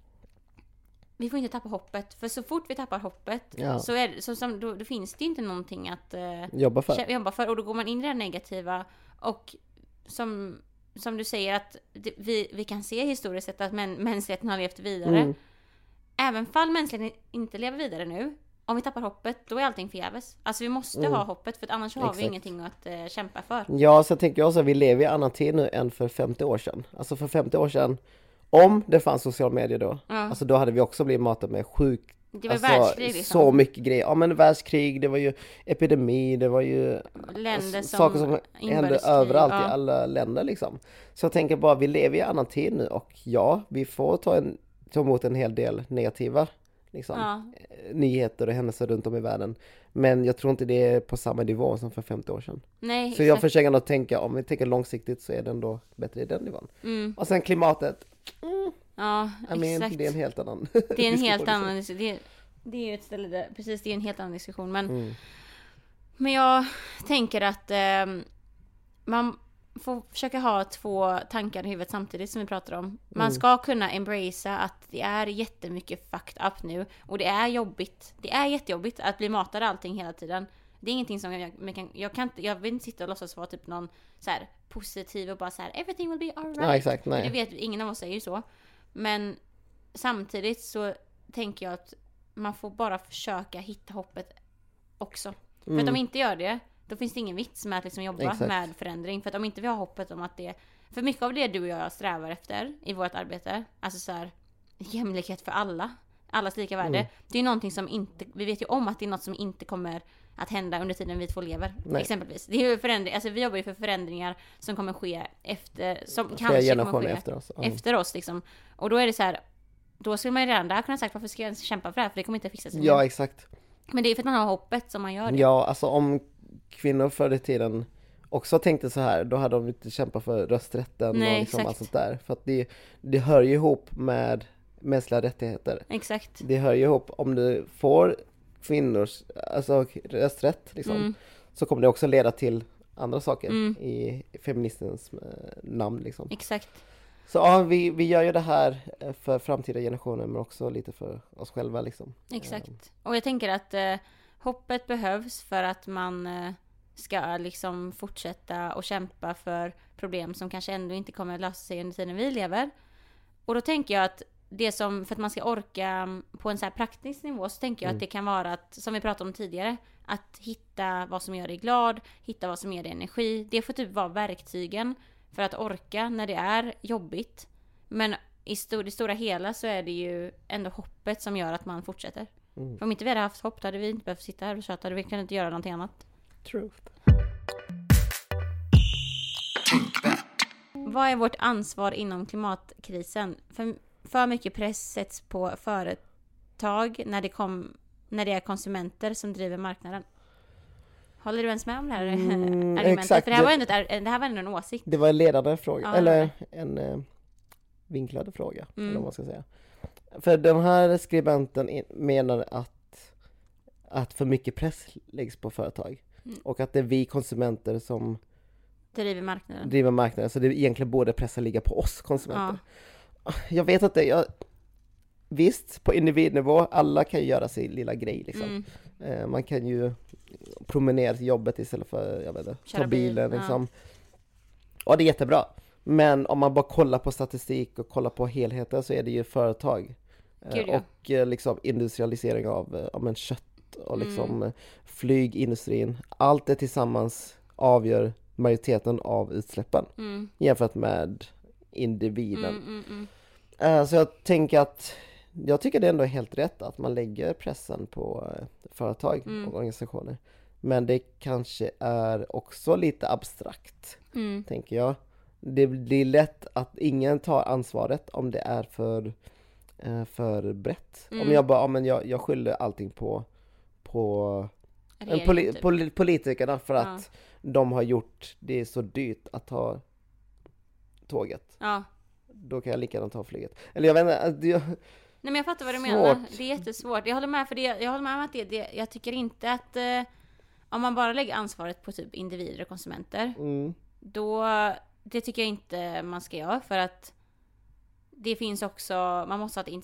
vi får inte tappa hoppet, för så fort vi tappar hoppet Ja. så, är, det- så som, då, då finns det ju inte någonting att eh, Jobba för. kä- jobba för och då går man in i det här negativa och som, som du säger att det, vi, vi kan se historiskt sett att män, mänskligheten har levt vidare. Mm. Även fall mänskligheten inte lever vidare nu, om vi tappar hoppet, då är allting förgäves. Alltså vi måste Mm. ha hoppet för att annars har vi Exakt. ingenting att eh, kämpa för. Ja, så tänker jag också att vi lever i annan tid nu än för femtio år sedan. Alltså för femtio år sedan, om det fanns sociala medier då, Ja. alltså då hade vi också blivit matade med sjuk, Det var alltså, världskrig liksom. så mycket grejer. Ja men världskrig, det var ju epidemi, det var ju Länder s- som saker som hände inbördeskrig, överallt ja. i alla länder liksom. Så jag tänker bara, vi lever i annan tid nu och ja, vi får ta, en, ta emot en hel del negativa liksom, Ja. nyheter och händelser runt om i världen. Men jag tror inte det är på samma nivå som för femtio år sedan. Nej, Så jag exakt. försöker nog tänka, om vi tänker långsiktigt så är den då bättre i den nivån. Mm. Och sen klimatet, mm, Ja, I mean, exakt. det är en helt annan Det är en helt diskussion. annan dis- det, det är ju ett ställe där, precis, det är en helt annan diskussion. Men, Mm. men jag tänker att eh, man får försöka ha två tankar i huvudet samtidigt som vi pratar om. Man Mm. ska kunna embracea att det är jättemycket fucked up nu. Och det är jobbigt. Det är jättejobbigt att bli matad allting hela tiden. Det är ingenting som jag, jag kan, jag kan inte, jag vill inte sitta och låtsas vara typ någon så här positiv och bara så här everything will be alright. Ja, exakt, För nej. det vet ingen av oss är ju så. Men samtidigt så tänker jag att man får bara försöka hitta hoppet också. För att Mm. om vi inte gör det, då finns det ingen vits med att liksom jobba Exakt. med förändring. För att om inte vi har hoppet om att det... För mycket av det du och jag strävar efter i vårt arbete, alltså så här, jämlikhet för alla, allas lika värde. Mm. Det är ju någonting som inte... Vi vet ju om att det är något som inte kommer att hända under tiden vi två lever. Nej. Exempelvis. Det är ju förändring, alltså vi jobbar ju för förändringar som kommer ske efter... Som Flera kanske kommer generationer ske efter oss. Ja. efter oss liksom. Och då är det så här, då skulle man ju redan där kunna sagt varför ska jag ens kämpa för det här, för det kommer inte att fixa sig. Ja, exakt. Men det är för att man har hoppet som man gör det. Ja, alltså om kvinnor förr i tiden också tänkte så här, då hade de inte kämpat för rösträtten Nej, och liksom exakt. allt sånt där. För att det, det hör ju ihop med mänskliga rättigheter. Exakt. Det hör ju ihop, om du får kvinnors alltså, rösträtt liksom, Mm. så kommer det också leda till andra saker Mm. i feministens eh, namn liksom. Exakt. Så ja, vi, vi gör ju det här eh, för framtida generationer men också lite för oss själva liksom. Exakt. Och jag tänker att eh, hoppet behövs för att man eh, ska liksom fortsätta och kämpa för problem som kanske ändå inte kommer att lösa sig under tiden vi lever. Och då tänker jag att det som, för att man ska orka på en så här praktisk nivå, så tänker jag mm. att det kan vara att, som vi pratade om tidigare, att hitta vad som gör dig glad, hitta vad som ger dig energi. Det får typ vara verktygen för att orka när det är jobbigt. Men i stor, det stora hela så är det ju ändå hoppet som gör att man fortsätter. Mm. För om inte vi hade haft hopp, då hade vi inte behövt sitta här och köta. Vi kan inte göra någonting annat. Truth. Vad är vårt ansvar inom klimatkrisen? För, för mycket press sätts på företag när det, kom, när det är konsumenter som driver marknaden. Håller du ens med om det här mm, argumentet? Exakt. För det här var ändå, ett, det här var ändå en åsikt. Det var en ledande fråga. Ja, eller en eh, vinklad fråga. Mm. Eller vad man ska säga. För den här skribenten menar att, att för mycket press läggs på företag. Mm. Och att det är vi konsumenter som driver marknaden. driver marknaden. Så det är egentligen både pressen ligga på oss konsumenter. Ja. Jag vet att det jag, visst, på individnivå, alla kan ju göra sin lilla grej. Liksom. Mm. Eh, man kan ju promenera till jobbet istället för jag vet inte, ta bilen. Bil. Liksom. Ja. Och det är jättebra. Men om man bara kollar på statistik och kollar på helheten så är det ju företag. Gud, ja. Och liksom industrialisering av ja, men kött och liksom mm. flygindustrin. Allt det tillsammans avgör majoriteten av utsläppen mm. jämfört med individen. Mm, mm, mm. Så jag tänker att jag tycker det ändå är helt rätt att man lägger pressen på företag mm. och organisationer. Men det kanske är också lite abstrakt, mm. tänker jag. Det blir lätt att ingen tar ansvaret om det är för för brett. Mm. Om jag bara, ja, men jag, jag skyller allting på på en poli- typ. pol- politikerna för att ja. de har gjort det så dyrt att ta tåget. Ja. Då kan jag lika gärna ta flyget. Eller jag vet inte, alltså, jag... Nej, men jag fattar vad du svårt. menar. Det är jättesvårt. Jag håller med för det. Jag håller med om att det, det jag tycker inte att eh, om man bara lägger ansvaret på typ individer och konsumenter mm. då det tycker jag inte man ska göra, för att det finns också, man måste ha ett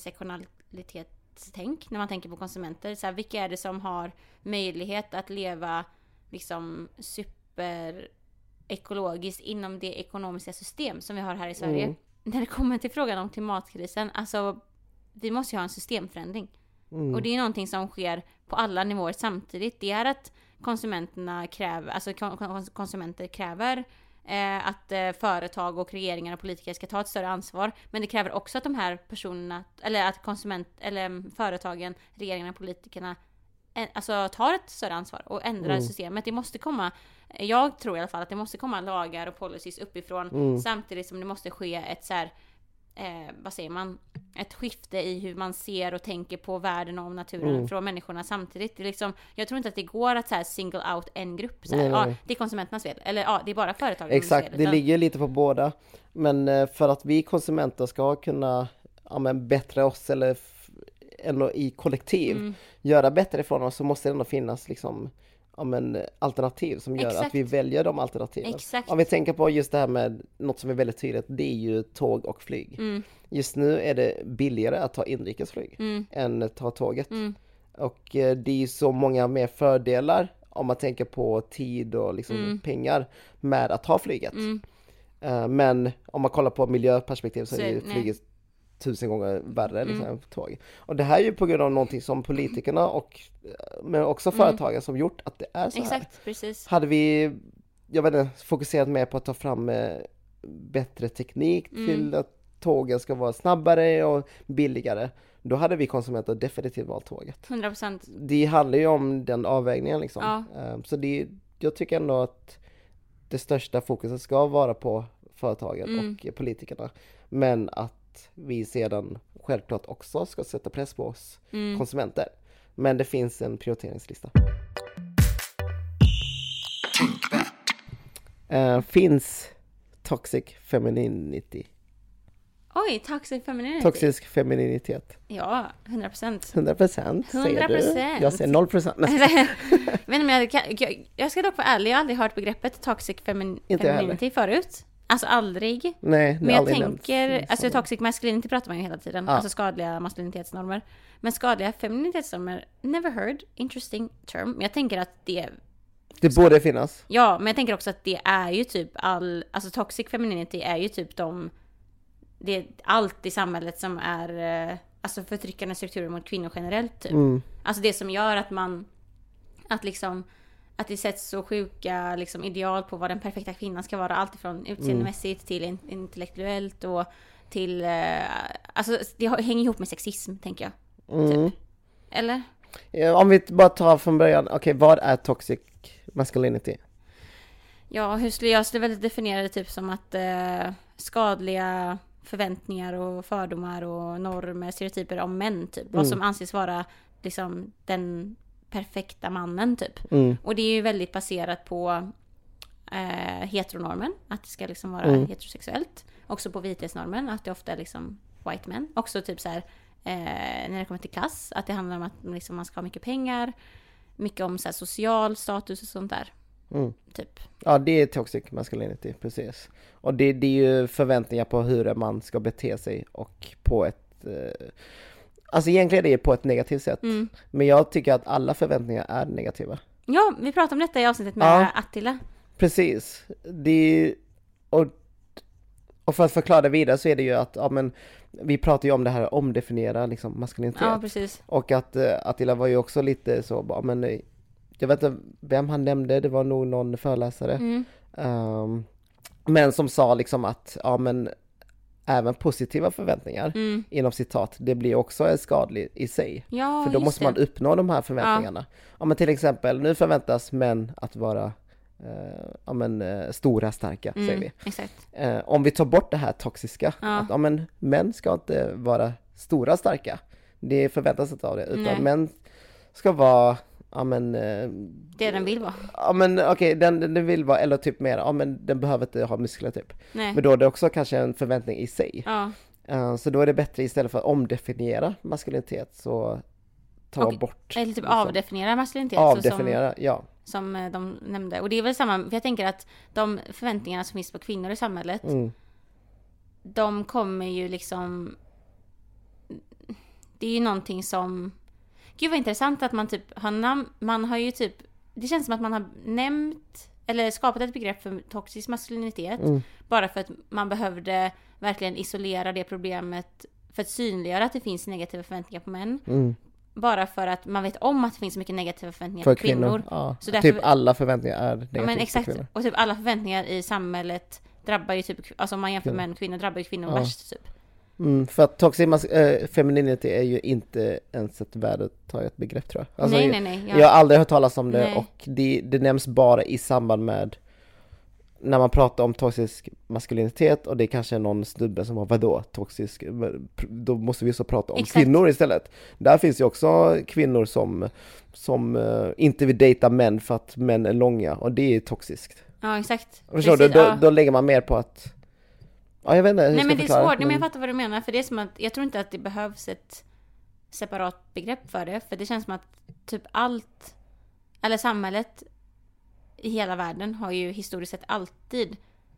intersektionalitetstänk när man tänker på konsumenter. Så här, vilka är det som har möjlighet att leva liksom super ekologiskt inom det ekonomiska system som vi har här i Sverige? Mm. När det kommer till frågan om klimatkrisen, alltså vi måste ju ha en systemförändring. Mm. Och det är någonting som sker på alla nivåer samtidigt. Det är att konsumenterna kräver, alltså konsumenter kräver Eh, att eh, företag och regeringar och politiker ska ta ett större ansvar, men det kräver också att de här personerna, eller att konsument eller företagen, regeringarna och politikerna eh, alltså tar ett större ansvar och ändrar mm. systemet. Det måste komma, jag tror i alla fall att det måste komma lagar och policies uppifrån mm. samtidigt som det måste ske ett så här, eh, vad säger man, ett skifte i hur man ser och tänker på världen och naturen mm. från människorna samtidigt. Det är liksom, jag tror inte att det går att så här single out en grupp. Så här, nej, nej. Ja, det är konsumenternas fel. Eller ja, det är bara företagen. Exakt, fel, det utan... ligger lite på båda. Men för att vi konsumenter ska kunna ja, men bättre oss eller f- ändå i kollektiv mm. göra bättre ifrån oss, så måste det ändå finnas liksom ja, men, alternativ som gör Exakt. att vi väljer de alternativen. Exakt. Om vi tänker på just det här med något som är väldigt tydligt, det är ju tåg och flyg. Mm. Just nu är det billigare att ta inrikesflyg mm. än att ta tåget. Mm. Och eh, det är ju så många mer fördelar om man tänker på tid och liksom mm. pengar med att ta flyget. Mm. Uh, men om man kollar på miljöperspektiv så, så är det ju flyget nej. tusen gånger värre liksom, mm. än tåg. Och det här är ju på grund av någonting som politikerna och men också företagen mm. som gjort att det är så Exakt, här. Precis. Hade vi jag vet inte, fokuserat mer på att ta fram eh, bättre teknik mm. till att tågen ska vara snabbare och billigare, då hade vi konsumenter definitivt valt tåget. hundra procent. Det handlar ju om den avvägningen liksom. Ja. Um, så det, jag tycker ändå att det största fokuset ska vara på företagen mm. och politikerna. Men att vi sedan självklart också ska sätta press på oss mm. konsumenter. Men det finns en prioriteringslista. Uh, finns toxic femininity? Oj, toxic femininity. Toxisk femininitet. Ja, hundra procent. hundra procent säger du. Jag säger noll procent. Men jag, jag, jag ska dock vara ärlig, jag har aldrig hört begreppet toxic femin, femininity förut. Alltså aldrig. Nej, men jag tänker, alltså toxic masculinity pratar man ju hela tiden. Ja. Alltså skadliga maskulinitetsnormer. Men skadliga femininitetsnormer, never heard. Interesting term. Men jag tänker att det... Det borde finnas. Ja, men jag tänker också att det är ju typ all... Alltså toxic femininity är ju typ de... det är allt i samhället som är eh, alltså förtryckande strukturer mot kvinnor generellt typ. Mm. Alltså det som gör att man att liksom att det sätts så sjuka liksom, ideal på vad den perfekta kvinnan ska vara, allt ifrån utseendemässigt till in, intellektuellt och till eh, alltså det hänger ihop med sexism, tänker jag. Mm. Typ. Eller? Ja, om vi bara tar från början, okej, okay, vad är toxic masculinity? Ja, hur skulle jag skulle väl definiera det typ som att eh, skadliga förväntningar och fördomar och normer, stereotyper om män typ. Mm. Vad som anses vara liksom den perfekta mannen typ. Mm. Och det är ju väldigt baserat på eh, heteronormen, att det ska liksom vara mm. heterosexuellt. Också på vithetsnormen, att det ofta är liksom white men. Också typ så här eh, när det kommer till klass, att det handlar om att liksom, man ska ha mycket pengar, mycket om så här, social status och sånt där. Mm. Typ. Ja, det är toxic masculinity, precis. Och det, det är ju förväntningar på hur en man ska bete sig och på ett eh, alltså egentligen är det på ett negativt sätt. Mm. Men jag tycker att alla förväntningar är negativa. Ja, vi pratade om detta i avsnittet med ja, Attila. Precis. Det är, och, och för att förklara det vidare så är det ju att ja, men, vi pratar ju om det här omdefiniera liksom, maskulinitet. Ja, precis. Och att uh, Attila var ju också lite så, ja, men jag vet inte vem han nämnde, det var nog någon föreläsare. Mm. Um, men som sa liksom att ja, men även positiva förväntningar mm. inom citat, det blir också skadligt i sig. Ja, för då måste man uppnå de här förväntningarna. Ja. Ja, men till exempel, nu förväntas män att vara eh, ja, men, eh, stora, starka, mm, säger vi. Exakt. Eh, om vi tar bort det här toxiska, ja. att ja, men, män ska inte vara stora, starka. Det förväntas inte av det, utan Nej. män ska vara ja, men, eh, det den vill vara. Ja, men okej, okay, den, den vill vara, eller typ mer, ja men den behöver inte ha muskler typ. Nej. Men då är det också kanske en förväntning i sig. Ja. Uh, så då är det bättre istället för att omdefiniera maskulinitet så ta och, bort. Eller typ liksom, avdefiniera maskulinitet. Avdefiniera, som, ja. Som de nämnde. Och det är väl samma, för jag tänker att de förväntningarna som finns på kvinnor i samhället, mm. de kommer ju liksom, det är ju någonting som, gud vad intressant att man typ har namn, man har ju typ, det känns som att man har nämnt eller skapat ett begrepp för toxisk maskulinitet mm. bara för att man behövde verkligen isolera det problemet för att synliggöra att det finns negativa förväntningar på män. Mm. Bara för att man vet om att det finns mycket negativa förväntningar för på kvinnor. kvinnor. Ja. Så därför, typ alla förväntningar är negativa ja, men exakt. För kvinnor. Och typ alla förväntningar i samhället drabbar ju typ, alltså om man jämför män och kvinnor drabbar ju kvinnor ja. värst typ. Mm, för att toxic mas- äh, femininity är ju inte ens ett värdeutaget begrepp tror jag. Alltså, nej, nej, nej. Jag, jag har aldrig hört talas om det nej. och det, det nämns bara i samband med när man pratar om toxisk maskulinitet och det är kanske någon snubbe som var vadå toxisk, då måste vi så prata om Exakt. kvinnor istället. Där finns ju också kvinnor som, som uh, inte vill dejta män för att män är långa och det är toxiskt. Ja, exakt. Förstår du? Då, ja. då lägger man mer på att ja, jag vet inte, nej men det är svårt, men... nej, men jag fattar vad du menar för det är som att, jag tror inte att det behövs ett separat begrepp för det, för det känns som att typ allt, eller samhället i hela världen har ju historiskt sett alltid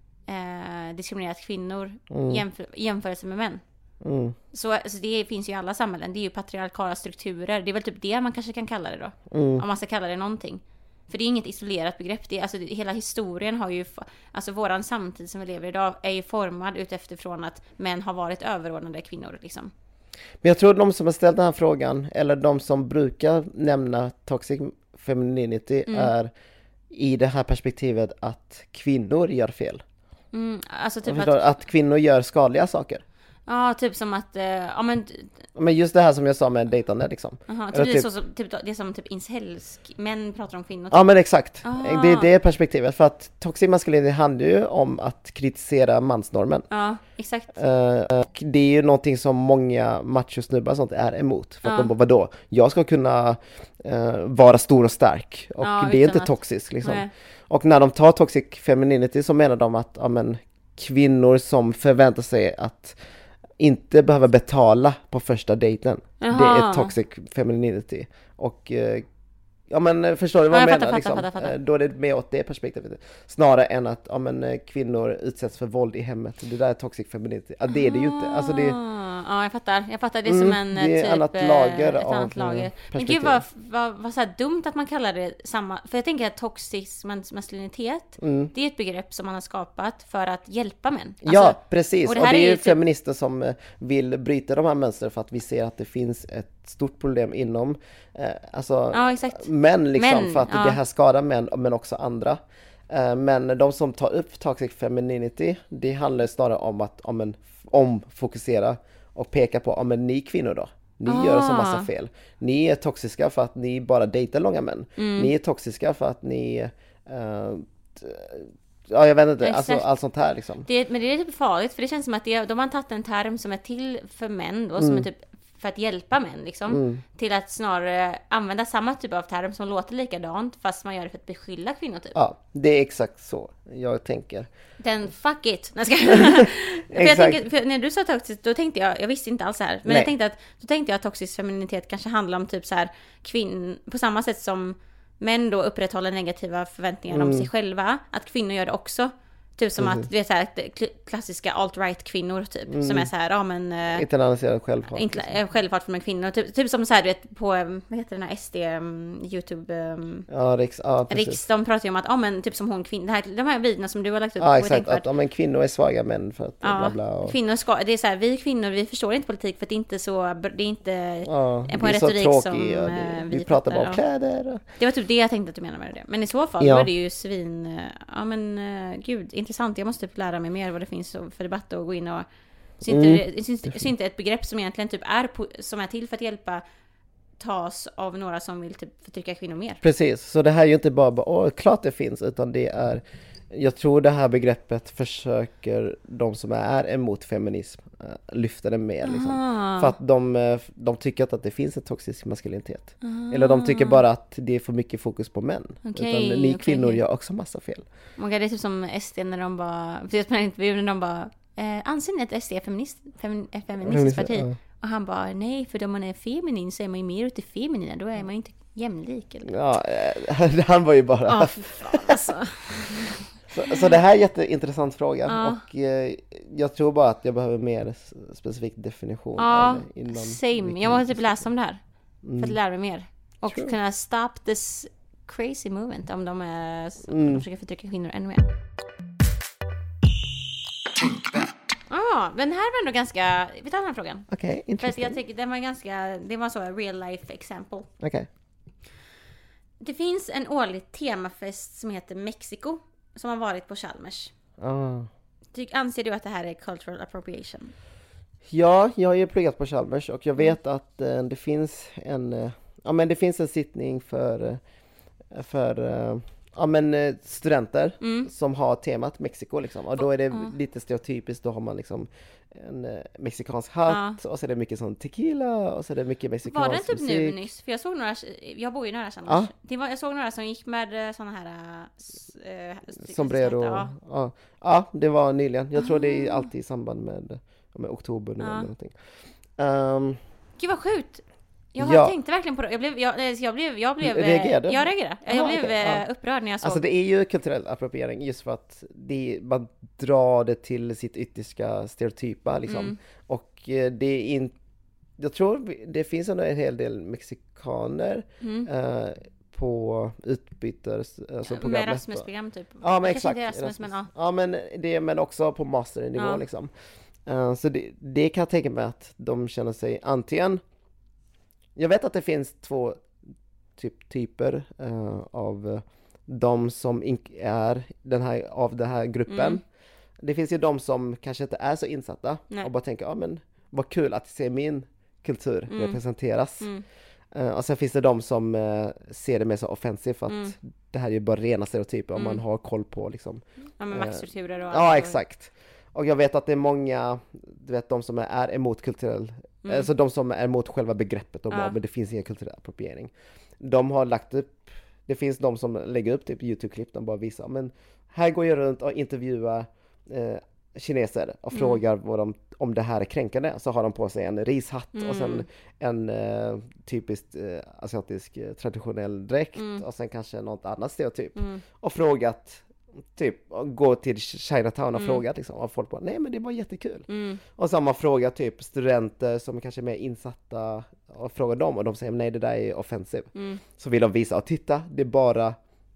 eh, diskriminerat kvinnor mm. jämför, jämförelse med män. Mm. Så alltså det finns ju i alla samhällen, det är ju patriarkala strukturer, det är väl typ det man kanske kan kalla det då, mm. om man ska kalla det någonting. För det är inget isolerat begrepp. Det är, alltså, hela historien har ju, alltså våran samtid som vi lever idag är ju formad utifrån att män har varit överordnade kvinnor liksom. Men jag tror de som har ställt den här frågan, eller de som brukar nämna toxic femininity mm. är i det här perspektivet att kvinnor gör fel. Mm, alltså typ förstår, att... att kvinnor gör skadliga saker. Ja, typ som att eh, ja men men just det här som jag sa med dejtande liksom. Aha, typ det, typ... Så, så, typ, det är som typ incelsk män pratar om kvinnor. Typ. Ja, men exakt. Ah. Det är det perspektivet för att toxic maskulinitet handlar ju om att kritisera mansnormen. Ja, exakt. Uh, och det är ju någonting som många machosnubbar sånt är emot för att ja. de bara vadå? Jag ska kunna uh, vara stor och stark och ja, det är inte att... toxisk liksom. Nej. Och när de tar toxic femininity så menar de att ja, men, kvinnor som förväntar sig att inte behöva betala på första dejten. Jaha. Det är toxic femininity. Och ja men förstår du vad ja, jag, jag menar? Fattar, liksom? fattar, fattar. Då är det mer åt det perspektivet. Snarare än att ja, men, kvinnor utsätts för våld i hemmet. Det där är toxic femininity. Ja, det är det ju inte. Alltså det, ja, jag fattar. Jag fattar det mm, som en det är typ annat lager ett av annat lager. Men gud vad, vad, vad så här dumt att man kallar det samma. För jag tänker att toxisk maskulinitet, mm. det är ett begrepp som man har skapat för att hjälpa män. Alltså, ja, precis. Och det, och det är ju typ... feminister som vill bryta de här mönstren för att vi ser att det finns ett stort problem inom eh, alltså ja, exakt. män liksom, män, för att ja. det här skadar män men också andra. Men de som tar upp toxic femininity, det handlar snarare om att om en omfokusera och peka på om en ni kvinnor då. Ni ah. gör så massa fel. Ni är toxiska för att ni bara dejtar långa män. Mm. Ni är toxiska för att ni uh, ja, jag vet inte, alltså, allt sånt här liksom. Det, men det är typ farligt, för det känns som att det, de har tagit en term som är till för män och som mm. är typ för att hjälpa män liksom, mm. till att snarare använda samma typ av term som låter likadant fast man gör det för att beskylla kvinnor typ. Ja, det är exakt så jag tänker. Den fuck it. Nej, ska... för jag tänker, för när du sa toxisk, då tänkte jag, jag visste inte alls så här, men Nej. jag tänkte att då tänkte jag att toxisk femininitet kanske handlar om typ så här kvinn på samma sätt som män då upprätthåller negativa förväntningar mm. om sig själva, att kvinnor gör det också. Typ som mm. att, du vet såhär, klassiska alt-right kvinnor typ, mm. som är såhär, ja men... Uh, internaliserad självhat. Inte, liksom. Självhat för kvinnor. Typ, typ som såhär, du vet, på, vad heter den här S D, um, YouTube... Um, ja, Riks, ja, precis. Riks, de pratar ju om att, ja men typ som hon kvinna, här, de här videorna som du har lagt upp. Ja, exakt, att ja, men kvinnor är svaga män för att ja, bla bla. Och... kvinnor ska, det är såhär, vi kvinnor, vi förstår inte politik för att det är inte så, det är inte ja, på en retorik tråkig, som ja, det, uh, vi, vi pratar bara om och... kläder. Det var typ det jag tänkte att du menade med det. Men i så fall ja. var det ju svin, uh, ja men uh, gud, intressant, jag måste typ lära mig mer vad det finns för debatt och gå in och så inte, mm. så, så inte ett begrepp som egentligen typ är som är till för att hjälpa tas av några som vill typ förtrycka kvinnor mer. Precis, så det här är ju inte bara, bara åh, klart det finns, utan det är, jag tror det här begreppet försöker de som är emot feminism lyfta det mer liksom. För att de, de tycker att det finns en toxisk maskulinitet. Aha. Eller de tycker bara att det är för mycket fokus på män. Okay, utan ni okay, kvinnor okay. gör också massa fel. Oh God, det är typ som S D när de bara, precis på den intervjun de bara, eh, anser ni att S D är feminist, fem, feministiskt parti? Ja. Och han bara, nej, för om man är feminin så är man ju mer åt det feminina, då är man ju inte jämlik. Eller? Ja, han var ju bara... Ja, oh, för fan alltså. Så, så det här är en jätteintressant fråga ja. och eh, jag tror bara att jag behöver mer specifik definition. Ja, innan same. Jag måste typ läsa om det här mm. för att lära mig mer. Och True. kunna stop this crazy movement om de, är, om mm. de försöker förtrycka kvinnor ännu mer. Ja, ah, men här var ändå ganska... Vi tar den här frågan. Okej, okay, intressant. Jag tycker den var ganska... Det var så en real life example. Okej. Okay. Det finns en årlig temafest som heter Mexiko som har varit på Chalmers. Ah. Anser du att det här är cultural appropriation? Ja, jag har ju pluggat på Chalmers och jag vet mm. att eh, det finns en eh, ja men det finns en sittning för eh, för eh, ja men eh, studenter mm. som har temat Mexiko liksom, och då är det mm. lite stereotypiskt, då har man liksom en eh, mexikansk hatt ja. och så är det mycket sån tequila och så är det mycket mexikansk musik. Var det typ musik. nu nyss? För jag såg några, jag bor ju nära Chalmers. Ja. Det var, jag såg några som gick med såna här äh, sombrero. Ja. Ja. ja, det var nyligen. Jag tror det är alltid i samband med, med oktober nu ja. eller någonting. Um, Gud vad sjukt. Jag ja. tänkte verkligen på det. Jag blev, jag, jag blev, jag blev, reagerade? Jag reagerade. Jag Aha, blev okay. ja. upprörd när jag såg. Alltså det är ju kulturell appropriering just för att det, man drar det till sitt yttersta stereotypa liksom. Mm. Och det är inte, jag tror det finns en hel del mexikaner mm. eh, på utbyters alltså ja, med Erasmus-program typ. Ja, men exakt. Erasmus, Erasmus. Men, ja. ja, men det men också på masternivå ja. liksom. Uh, så det, det kan jag tänka mig att de känner sig antingen. Jag vet att det finns två typ, typer uh, av de som in- är den här, av den här gruppen. Mm. Det finns ju de som kanske inte är så insatta Nej. och bara tänker, ja men vad kul att se min kultur mm. representeras. Mm. Uh, och sen finns det de som uh, ser det mer så offensivt för att mm. det här är ju bara rena stereotyper om mm. man har koll på liksom. Ja, men maktstrukturer och uh, Ja, exakt. Och jag vet att det är många, du vet, de som är emot kulturell, mm. alltså de som är emot själva begreppet om ja. men det finns ingen kulturell appropriering. De har lagt upp, det finns de som lägger upp typ YouTube-klipp där bara visar, men här går jag runt och intervjuar eh, kineser och mm. frågar vad de, om det här är kränkande, så har de på sig en rishatt mm. och sen en eh, typiskt eh, asiatisk eh, traditionell dräkt mm. och sen kanske något annat stereotyp mm. och frågat typ gå till Chinatown och Mm. fråga liksom, och folk bara, nej men det var jättekul. Mm. Och så har man frågat typ studenter som kanske är mer insatta och frågar dem och de säger nej det där är offensive. Mm. Så vill de visa, och titta det är bara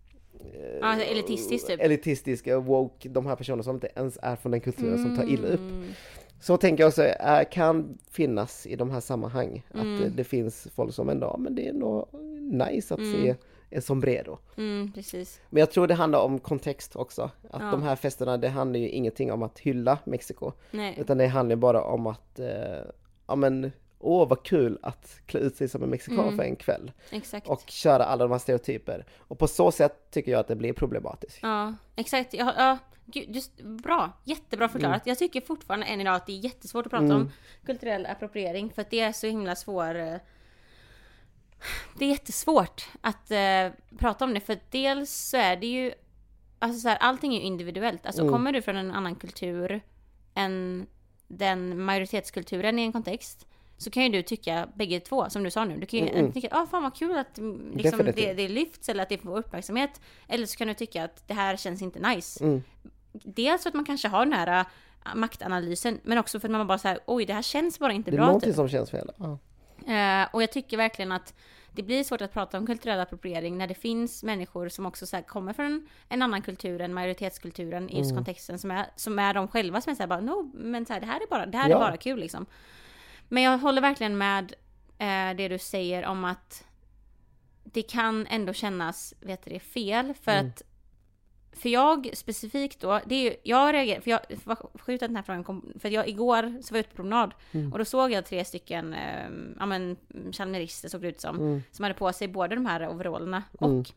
Ja, alltså elitistiskt typ. elitistiska, woke, de här personerna som inte ens är från den kulturen som tar illa upp. Mm. Så tänker jag också, är, kan finnas i de här sammanhang Mm. att det, det finns folk som ändå, ja, men det är nog nice att Mm. se en sombrero. Mm, precis. Men jag tror det handlar om kontext också. Att Ja. de här festerna, det handlar ju ingenting om att hylla Mexiko. Nej. Utan det handlar bara om att, eh, ja men, åh vad kul att klä ut sig som en mexikan Mm. för en kväll. Exakt. Och köra alla de här stereotyper. Och på så sätt tycker jag att det blir problematiskt. Ja, exakt. Ja, ja. Gud, just, bra. Jättebra förklarat. Jag tycker fortfarande än idag att det är jättesvårt att prata Mm. om kulturell appropriering. För att det är så himla svår... eh, Det är jättesvårt att eh, prata om det. För att dels så är det ju... Alltså så här, allting är ju individuellt. Alltså Mm. kommer du från en annan kultur än den majoritetskulturen i en kontext, så kan ju du tycka bägge två, som du sa nu. Du kan ju Mm, mm. tycka att ah, fan vad kul att mm, liksom, Definitivt. det, det lyfts eller att det får uppmärksamhet. Eller så kan du tycka att det här känns inte nice. Mm. Dels för att man kanske har den här äh, maktanalysen, men också för att man bara så här, oj det här känns bara inte Det är bra. någonting Typ. som känns fel. Ja. Eh, och jag tycker verkligen att det blir svårt att prata om kulturell appropriering när det finns människor som också så här, kommer från en annan kultur än majoritetskulturen i just Mm. kontexten, som är, som är de själva som är såhär bara, no, men så här, det här är bara, det här Ja. är bara kul liksom. Men jag håller verkligen med eh, det du säger om att det kan ändå kännas, vet du det, fel för Mm. att för jag specifikt då, det är ju, jag reagerar, för jag var sjukt att den här frågan kom, för jag igår så var jag ute på promenad Mm. och då såg jag tre stycken, eh, ja men chalmerister såg det ut som, Mm. som hade på sig både de här overallerna och Mm.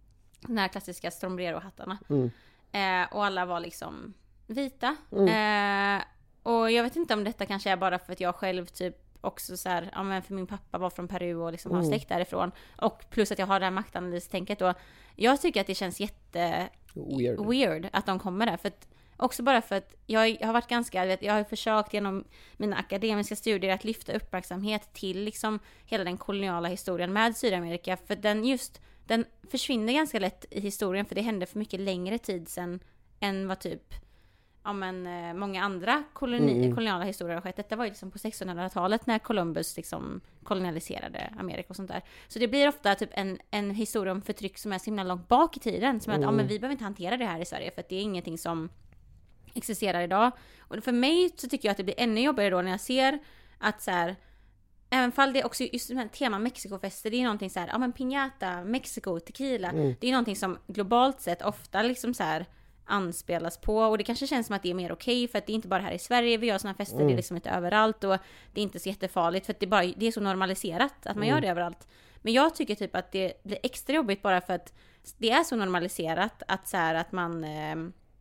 de här klassiska sombrero-hattarna. Mm. Eh, och alla var liksom vita. Mm. Eh, och jag vet inte om detta kanske är bara för att jag själv typ också så här, ja men för min pappa var från Peru och liksom har Mm. släkt därifrån. Och plus att jag har det här maktanalystänket då. Jag tycker att det känns jätte Weird. weird att de kommer där. För att, också bara för att jag, jag har varit ganska, vet, jag har försökt genom mina akademiska studier att lyfta uppmärksamhet till liksom hela den koloniala historien med Sydamerika. För den just, den försvinner ganska lätt i historien, för det hände för mycket längre tid sedan än vad typ ja, men, eh, många andra koloni, Mm. koloniala historier har skett. Detta var ju liksom på sextonhundratalet när Columbus liksom kolonialiserade Amerika och sånt där. Så det blir ofta typ en, en historia om förtryck som är så himla långt bak i tiden. Som att Mm. ja, men vi behöver inte hantera det här i Sverige för att det är ingenting som existerar idag. Och för mig så tycker jag att det blir ännu jobbigare då när jag ser att så här, även fall det också just det här tema Mexikofester, det är någonting så här, ja men piñata, Mexiko, tequila, Mm. det är någonting som globalt sett ofta liksom så här anspelas på, och det kanske känns som att det är mer okej för att det är inte bara här i Sverige vi gör såna här fester, Mm. det är liksom inte överallt och det är inte så jättefarligt för att det, bara, det är så normaliserat att man Mm. gör det överallt. Men jag tycker typ att det blir extra jobbigt bara för att det är så normaliserat att så här att man eh,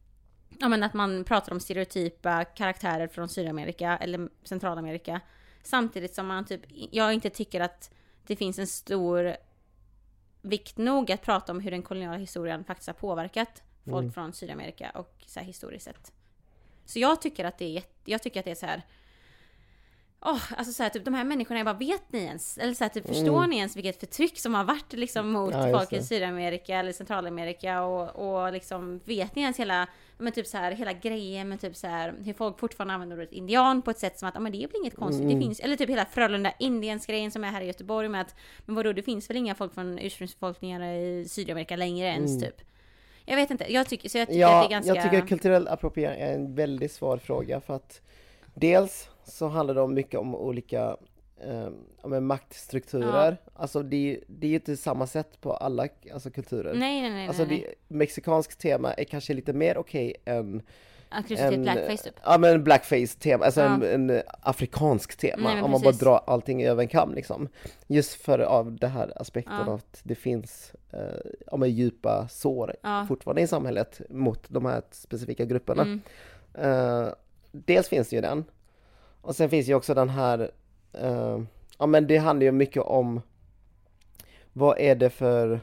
ja men att man pratar om stereotypa karaktärer från Sydamerika eller Centralamerika, samtidigt som man typ, jag inte tycker att det finns en stor vikt nog att prata om hur den koloniala historien faktiskt har påverkat folk Mm. från Sydamerika och så här historiskt sett. Så jag tycker att det är jätte, jag tycker att det är så här. Åh, alltså så här, typ de här människorna, jag bara, vet ni ens? Eller så här, typ, förstår Mm. ni ens vilket förtryck som har varit liksom mot Ja, just folk i det. Sydamerika eller Centralamerika, och, och liksom, vet ni ens hela, men typ så här, hela grejen med typ så här, hur folk fortfarande använder ordet indian på ett sätt som att, ja men det är väl inget konstigt, Mm. det finns, eller typ hela Frölunda Indiens grejen som är här i Göteborg med att, men vadå, det finns väl inga folk från ursprungsbefolkningar i Sydamerika längre ens Mm. typ. Jag vet inte, jag tycker, så jag tycker Ja, att det är ganska... jag tycker kulturell appropriering är en väldigt svår fråga, för att dels så handlar det om mycket om olika eh, ja, men maktstrukturer. Alltså det, det är ju inte samma sätt på alla alltså, kulturer. Nej, nej, nej. Alltså nej, nej. det, mexikansk tema är kanske lite mer okej än Att knyta till en, blackface typ. ja men blackface-tema, alltså Ja. en, en afrikansk tema, Nej, men om man bara precis. drar allting över en kam liksom. Just för av det här aspekten Ja. av att det finns eh, ja, men djupa sår Ja. fortfarande i samhället mot de här specifika grupperna. Mm. Eh, dels finns det ju den, och sen finns ju också den här, eh, ja men det handlar ju mycket om vad är det för,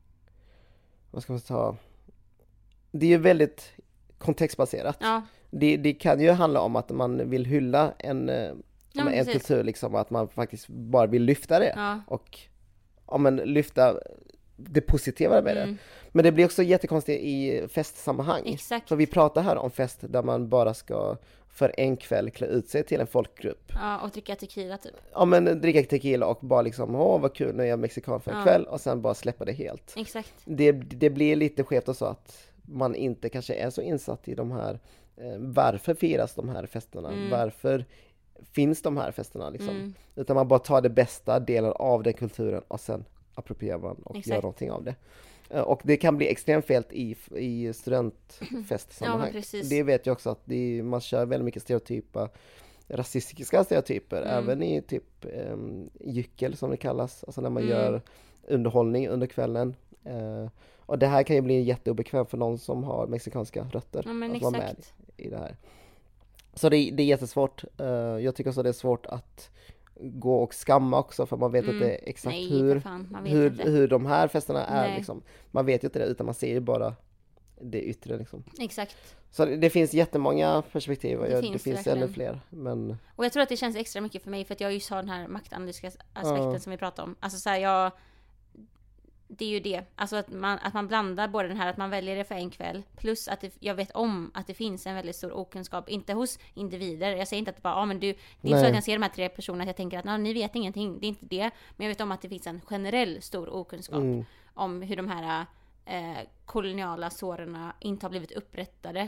vad ska man ta, det är ju väldigt kontextbaserat. Ja. Det, det kan ju handla om att man vill hylla en, eh, Ja, men en precis. kultur liksom, att man faktiskt bara vill lyfta det Ja. och ja, men lyfta det positiva med Mm. det. Men det blir också jättekonstigt i festsammanhang. Exakt. För vi pratar här om fest där man bara ska för en kväll klä ut sig till en folkgrupp. Ja, och dricka tequila typ. Ja, men dricka tequila och bara liksom, åh vad kul, nu är jag mexikan för en Ja. kväll, och sen bara släppa det helt. Exakt. Det, det blir lite skevt och så att man inte kanske är så insatt i de här, eh, varför firas de här festerna? Mm. Varför finns de här festerna liksom? Mm. Utan man bara tar det bästa delen av den kulturen och sen approprierar man och Exakt. gör någonting av det. Eh, Och det kan bli extremt fel i, i Ja, studentfestsammanhang. men precis. Det vet jag också att det, man kör väldigt mycket stereotypa, rasistiska stereotyper, Mm. även i typ um, gyckel som det kallas, alltså när man Mm. gör underhållning under kvällen. Eh, och det här kan ju bli jätteobekvämt för någon som har mexikanska rötter Ja, men att vara med exakt. i det här. Så det, det är jättesvårt. Eh, jag tycker också det är svårt att gå och skamma också, för man vet Mm. inte exakt Nej, hur, för fan, man vet hur, inte. hur de här festerna är. Nej. Liksom. Man vet ju inte det, utan man ser ju bara det yttre. Liksom. Exakt. Så det, det finns jättemånga perspektiv, och Det jag, finns det finns verkligen. ännu fler. Men Och jag tror att det känns extra mycket för mig för att jag just har den här maktanalytiska aspekten Ja. som vi pratade om. Alltså så här, jag... Det är ju det. Alltså att man, att man blandar både den här att man väljer det för en kväll, plus att det, jag vet om att det finns en väldigt stor okunskap, inte hos individer. Jag säger inte att det bara, ja ah, men du, det är inte så Nej. att jag ser de här tre personerna att jag tänker att ni vet ingenting, det är inte det. Men jag vet om att det finns en generell stor okunskap mm, om hur de här eh, koloniala såren inte har blivit upprättade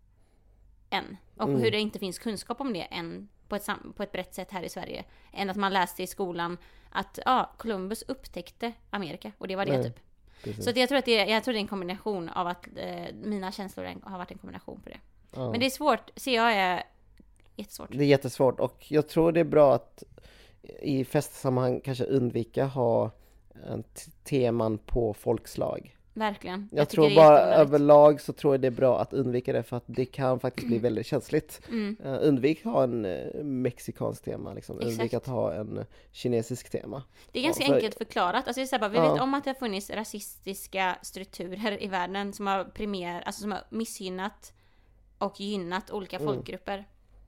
än. Och Mm. hur det inte finns kunskap om det än på ett, sam- på ett brett sätt här i Sverige. Än att man läste i skolan att ja, Columbus upptäckte Amerika och det var det Nej, typ. precis. Så att jag, tror att det är, jag tror det är en kombination av att eh, mina känslor är- har varit en kombination på det. Ja. Men det är svårt, ser jag är jättesvårt. Det är jättesvårt, och jag tror det är bra att i festsammanhang kanske undvika ha en t- teman på folkslag. Verkligen. Jag, tycker tror det är bara jätteonödigt. överlag så tror jag det är bra att undvika det, för att det kan faktiskt bli väldigt känsligt. Mm. Uh, undvik ha en uh, mexikansk tema, liksom. Undvik Exakt. att ha en uh, kinesisk tema. Det är ganska Ja, så- enkelt förklarat. Alltså det är så här bara, vi Ja. vet om att det har funnits rasistiska strukturer i världen som har premier, alltså som har missgynnat och gynnat olika Mm. folkgrupper.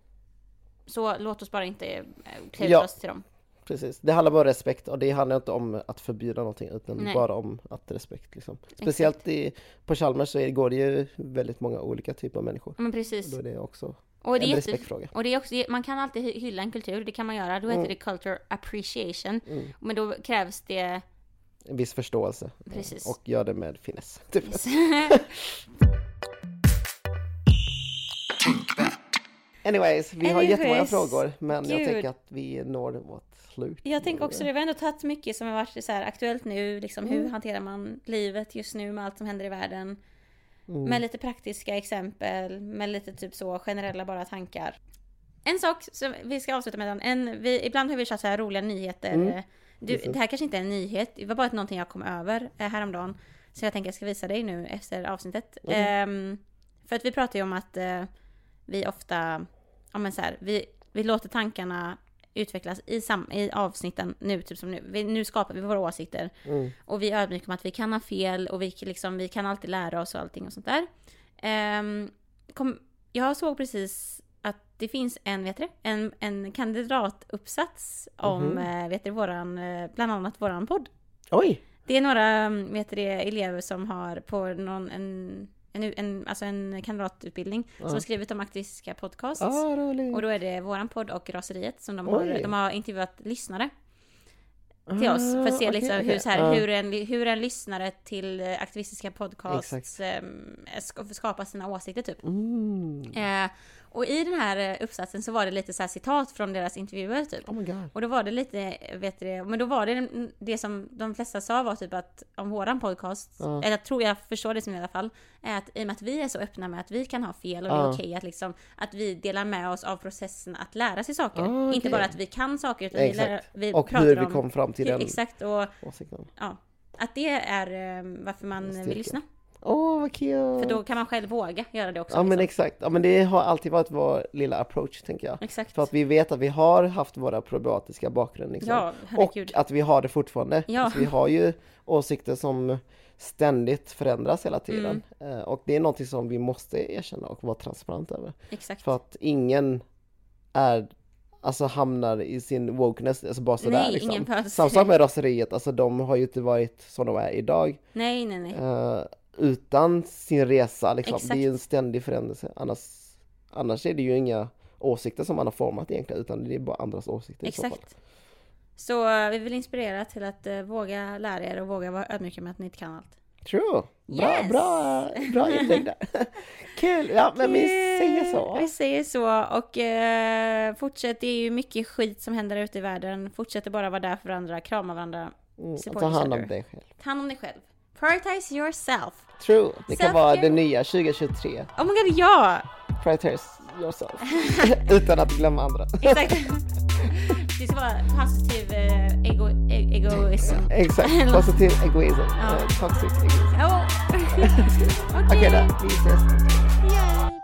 Så låt oss bara inte eh, klä ut Ja. oss till dem. Precis, det handlar bara om respekt, och det handlar inte om att förbjuda någonting, utan Nej. bara om att respekt liksom. Speciellt i, på Chalmers så är, går det ju väldigt många olika typer av människor. Men precis. Då är det också Och det en är jätte, respektfråga. och det är också, man kan alltid hy- hylla en kultur, det kan man göra. Då heter Mm. det culture appreciation. Mm. Men då krävs det... En viss förståelse. Precis. Och gör det med finess. Typ. Anyways, vi har Anyways, jättemånga frågor, men jag gud. tänker att vi når vårt slut. Jag tänker också, det har ändå tagit mycket som har varit så här aktuellt nu. Liksom, hur hanterar man livet just nu med allt som händer i världen? Mm. Med lite praktiska exempel, med lite typ så generella bara tankar. En sak som vi ska avsluta med, en, vi, ibland har vi kört så här roliga nyheter. Mm. Du, Precis. det här kanske inte är en nyhet, det var bara någonting jag kom över eh, häromdagen. Så jag tänker jag ska visa dig nu efter avsnittet. Mm. Ehm, för att vi pratar ju om att eh, vi ofta, ja men så här, vi, vi låter tankarna utvecklas i, sam, i avsnitten nu, typ som nu. Vi, nu skapar vi våra åsikter. Mm. Och vi är ödmjuka med att vi kan ha fel och vi, liksom, vi kan alltid lära oss och allting och sånt där. Ehm, kom, jag såg precis att det finns en, vet du, en, en kandidatuppsats om, Mhm. eh, vet du, våran, eh, bland annat våran podd. Oj! Det är några, vet du, elever som har på någon, en, en, en, alltså en kandidatutbildning Ja. som har skrivit om aktivistiska podcasts. Ah, roligt. Och då är det våran podd och Raseriet som de har, Oj. de har intervjuat lyssnare till oss för att se Ah, liksom okej, hur, okej. så här, Ja. hur, en, hur en lyssnare till eh, aktivistiska podcasts Exakt. eh, ska- skapar sina åsikter typ. Mm. Eh, och i den här eh, uppsatsen så var det lite så här citat från deras intervjuer typ. Oh my god. Och då var det lite, vet du det, men då var det det som de flesta sa var typ att om våran podcast, Ja. eller jag tror jag förstår det som i alla fall, är att i och med att vi är så öppna med att vi kan ha fel och det är Ja. okej att liksom, att vi delar med oss av processen att lära sig saker. Ah, okej. Inte bara att vi kan saker utan vi, Exakt. lär, vi Och pratar hur vi om kom fram till den exakt och åsikten. ja, att det är eh, varför man Styrka. vill lyssna. Åh, vad kul! För då kan man själv våga göra det också. Ja, men liksom. exakt. Ja, men det har alltid varit vår lilla approach, tänker jag. Exakt. För att vi vet att vi har haft våra problematiska bakgrund. Liksom. Ja, och herregud. att vi har det fortfarande. Ja. Alltså, vi har ju åsikter som ständigt förändras hela tiden. Mm. Eh, Och det är någonting som vi måste erkänna och vara transparent över. Exakt. För att ingen är alltså hamnar i sin wokeness, alltså bara sådär Nej, liksom. ingen föds. Samma sak med raseriet, alltså de har ju inte varit som de är idag. Nej, nej, nej. Uh, utan sin resa liksom. Exakt. Det är ju en ständig förändring. Annars, annars är det ju inga åsikter som man har format egentligen, utan det är bara andras åsikter. Exakt. I så fall. Så uh, vi vill inspirera till att uh, våga lära er och våga vara ödmjuka med att ni inte kan allt. True. Bra, Yes. bra, bra inlägg där. Kul. Ja, men vi säger så. Vi säger så. Och uh, fortsätt, det är ju mycket skit som händer ute i världen. Fortsätt bara vara där för varandra, krama varandra. Mm, Support ta hand each om other. dig själv. Ta hand om dig själv. Prioritize yourself. True. Det kan vara Self-care. det nya tjugo tjugotre. Oh my god, ja! Prioritize yourself. Utan att glömma andra. Exakt. Det ska vara positiv uh, ego, e- egoism. Exakt. Positiv egoism. Ja. Uh, toxic egoism. Oh. Okej Okej. då, vi ses. Yay.